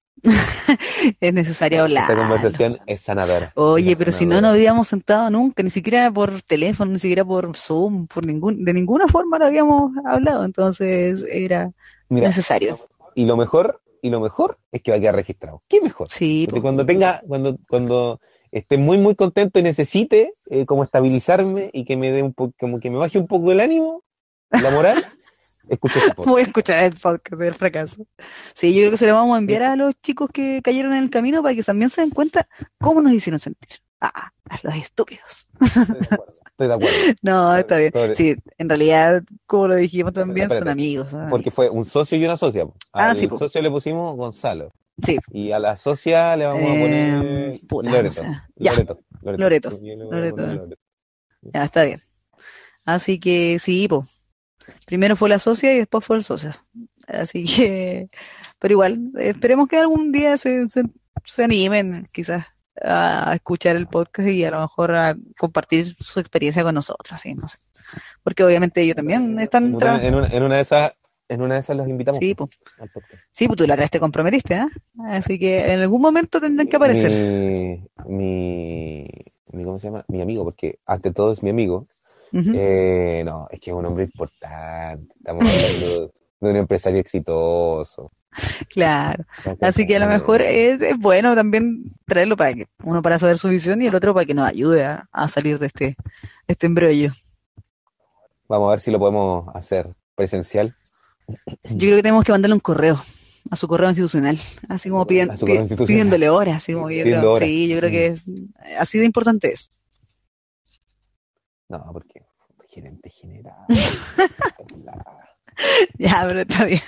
es necesario Esta hablarlo. conversación es sanadora, Oye, es pero si no nos sanadora. habíamos sentado nunca, ni siquiera por teléfono, ni siquiera por Zoom, por ningún, de ninguna forma lo habíamos hablado, entonces era Mira, necesario. y lo mejor, y lo mejor es que va a quedar registrado. ¿Qué mejor? Sí, Entonces, po. cuando tenga, cuando, cuando esté muy, muy contento y necesite eh, como estabilizarme y que me dé un poco, como que me baje un poco el ánimo, la moral, escuche este Voy a podcast. escuchar el podcast del fracaso. Sí, yo creo que se lo vamos a ¿Sí? enviar a los chicos que cayeron en el camino para que también se den cuenta cómo nos hicieron sentir. Ah, a los estúpidos. Estoy de acuerdo. Estoy de acuerdo. No, está bien. Sobre, Sí, en realidad, como lo dijimos también, son espérate, amigos, son porque amigos. fue un socio y una socia. Ah, sí, Al pues. socio le pusimos Gonzalo Sí. y a la socia le vamos a Eh, poner puta, no sé. Loreto. Ya, Loreto. Loreto. Loreto. Yo le voy a poner Loreto. Loreto. Ya, está bien. Así que sí, pues. Primero fue la socia y después fue el socio. Así que, pero igual, esperemos que algún día se, se, se animen quizás a escuchar el podcast y a lo mejor a compartir su experiencia con nosotros, así, no sé. Porque obviamente ellos también En están una, en trabajando. una, en una de esas, en una de esas los invitamos Sí, pues, pues. al podcast. Sí, pues tú la otra vez te comprometiste, ¿ah? Así que en algún momento tendrán que aparecer. Mi, mi, mi, ¿cómo se llama? Mi amigo, porque ante todo es mi amigo. Ujú. Eh, no, es que es un hombre importante. Estamos hablando de un empresario exitoso. Claro. ¿Estás Así que a lo mejor cachando? es, es bueno también traerlo para que, uno para saber su visión y el otro para que nos ayude a, a salir de este, de este embrollo. Vamos a ver si lo podemos hacer presencial. Yo creo que tenemos que mandarle un correo a su correo institucional, así como piden, A su correo pi- institucional, pidiéndole horas, así como que yo creo, pidiendo horas. sí, yo creo Mm. que es- así de importante es. No, porque gerente general. La- Ya, pero está bien.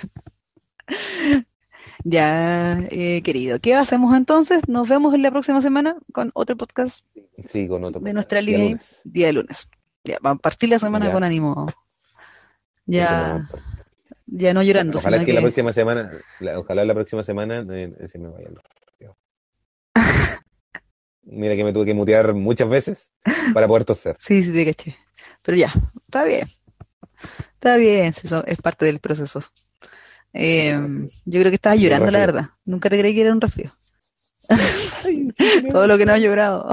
Ya, eh, querido. ¿Qué hacemos entonces? Nos vemos en la próxima semana con otro podcast Sí, con otro de podcast. nuestra Día línea lunes. día de lunes. Ya, vamos a partir la semana con Ya, ánimo. ese no va a Ya, importar. ya no llorando, Ojalá sino que la que próxima semana, la- ojalá la próxima semana eh, se me vaya el resfriado. Mira que me tuve que mutear muchas veces para poder toser. sí, sí te caché. Pero ya, está bien, está bien, si eso es parte del proceso. Eh, yo creo que estabas Del llorando, la resfrío. verdad. Nunca te creí que era un resfrío. Ay, sí, Todo creo. lo que no has llorado.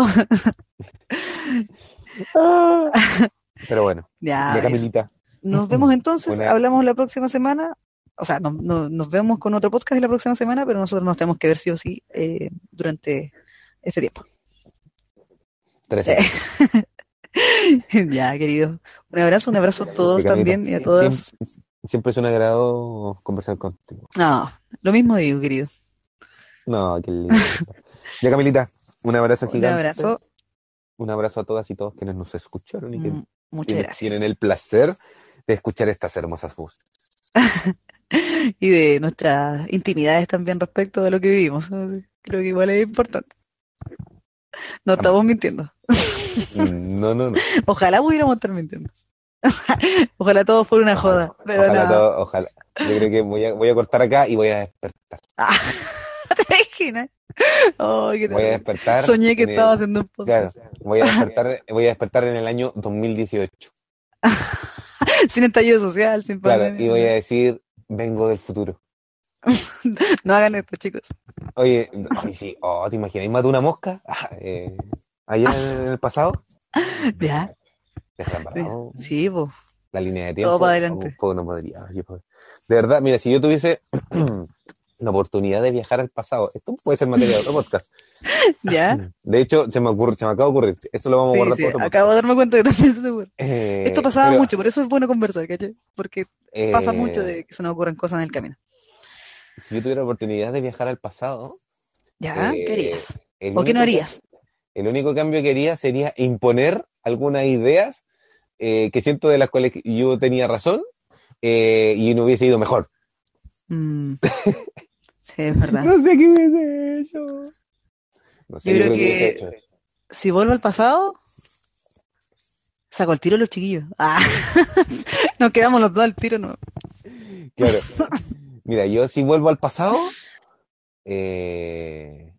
Ah. Pero bueno, Ya, ya eso. Camilita. Nos vemos entonces, Una, hablamos la próxima semana. O sea, no- no- nos vemos con otro podcast la próxima semana, pero nosotros nos tenemos que ver sí o sí eh, durante este tiempo. tres semanas. Ya, querido. Un abrazo, un abrazo a Ya todos Camilita. también y a Siempre, todas. siempre es un agrado conversar contigo. No, lo mismo digo, querido. No, qué lindo. Ya Camilita, un abrazo Un gigante. abrazo. Un abrazo a todas y todos quienes nos escucharon y que Mm, Muchas tienen, tienen gracias. el placer de escuchar estas hermosas voces. Y de nuestras intimidades también respecto de lo que vivimos. Creo que igual es importante. No Jamás. estamos mintiendo. No, no, no. Ojalá pudiéramos estar mintiendo. Ojalá todo fuera una Ojalá, joda, pero ojalá no. todo, ojalá. Yo creo que voy a, voy a cortar acá y voy a despertar. Ah, ¿te imaginas? Ay, qué Voy a terrible. despertar Soñé que en estaba el, haciendo un claro, podcast. voy a despertar, voy a despertar en el año dos mil dieciocho. Sin estallido social, sin Claro, pandemia. y voy a decir, vengo del futuro. No hagan esto, chicos. Oye, ay, sí, oh, ¿te imaginas? ¿Mató una mosca? Ah, eh, allá en el pasado. Ya. Dejar embarrado Sí, pues, la línea de todo para tiempo. Oh, adelante. puedo, no podría. Yo pod- De verdad, mira, si yo tuviese la oportunidad de viajar al pasado, esto puede ser materia de otro podcast. Ya. De hecho, se me ocurre, se me acaba de ocurrir. Eso lo vamos a Sí, guardar sí, para otro acabo de podcast. darme cuenta que también se te ocurre. Esto Eh, pasaba pero mucho, por eso es bueno conversar, ¿cachai? Porque pasa mucho eh, de que se nos ocurren cosas en el camino. si yo tuviera la oportunidad de viajar al pasado, ¿Ya? ¿Qué eh, harías? el ¿O qué no único que, harías? el único cambio que haría sería imponer algunas ideas eh, que siento de las cuales yo tenía razón eh, y no hubiese ido mejor. Mm, sí, es verdad. No sé qué hubiese hecho. No sé, Yo yo creo creo que hubiese que hecho eso. si vuelvo al pasado, saco el tiro a los chiquillos. Ah, nos quedamos los dos al tiro, ¿no? Claro. Mira, yo si vuelvo al pasado, eh,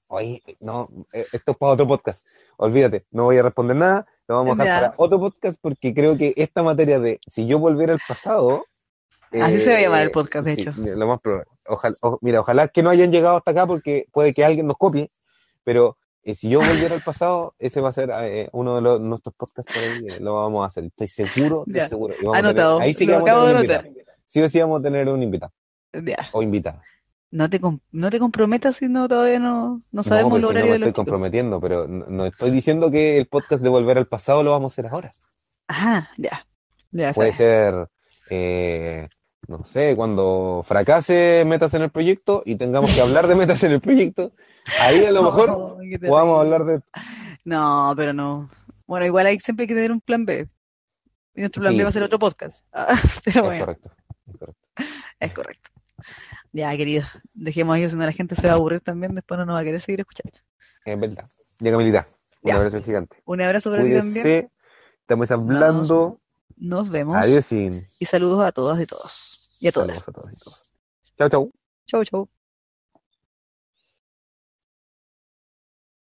Oye, no, eh, esto es para otro podcast. Olvídate, no voy a responder nada, lo vamos a dejar Ya. para otro podcast porque creo que esta materia de si yo volviera al pasado, Así se va a llamar el eh, podcast, de sí, hecho. lo más probable. Ojalá, o- mira, ojalá que no hayan llegado hasta acá porque puede que alguien nos copie, pero eh, si yo volviera al pasado, ese va a ser eh, uno de los, nuestros podcasts por ahí, eh, lo vamos a hacer. Estoy seguro, estoy Ya. seguro. Y vamos a tener, Anotado. ahí sí que Lo vamos a acabo tener de un anotar. invitado. Sí o sí vamos a tener un invitado Ya. o invitada. No te, com- no te comprometas si no todavía no, no No, sabemos el pero si no horario me de los estoy chicos. comprometiendo, pero no, no estoy diciendo que el podcast de Volver al Pasado lo vamos a hacer ahora. Ajá, ya. Ya está Puede bien. ser, eh, no sé, cuando fracase metas en el proyecto y tengamos que hablar de metas en el proyecto, ahí a lo mejor Oh, qué podamos terrible. hablar de... No, pero no. Bueno, igual hay siempre hay que tener un plan B. Y nuestro plan B va a Sí, ser otro podcast. Ah, pero es bueno, correcto, es correcto. es correcto. Ya, querido. Dejemos ahí, si no la gente se va a aburrir también, después no nos va a querer seguir escuchando. Es verdad. Ya, Camilita, un Ya. abrazo gigante. Un abrazo para ti también. Cuídese, estamos Nos, hablando. nos vemos. Adiós y Y saludos a todas y todos. Y a saludos todas. a todos y todos. Chao, chao. Chau, chau.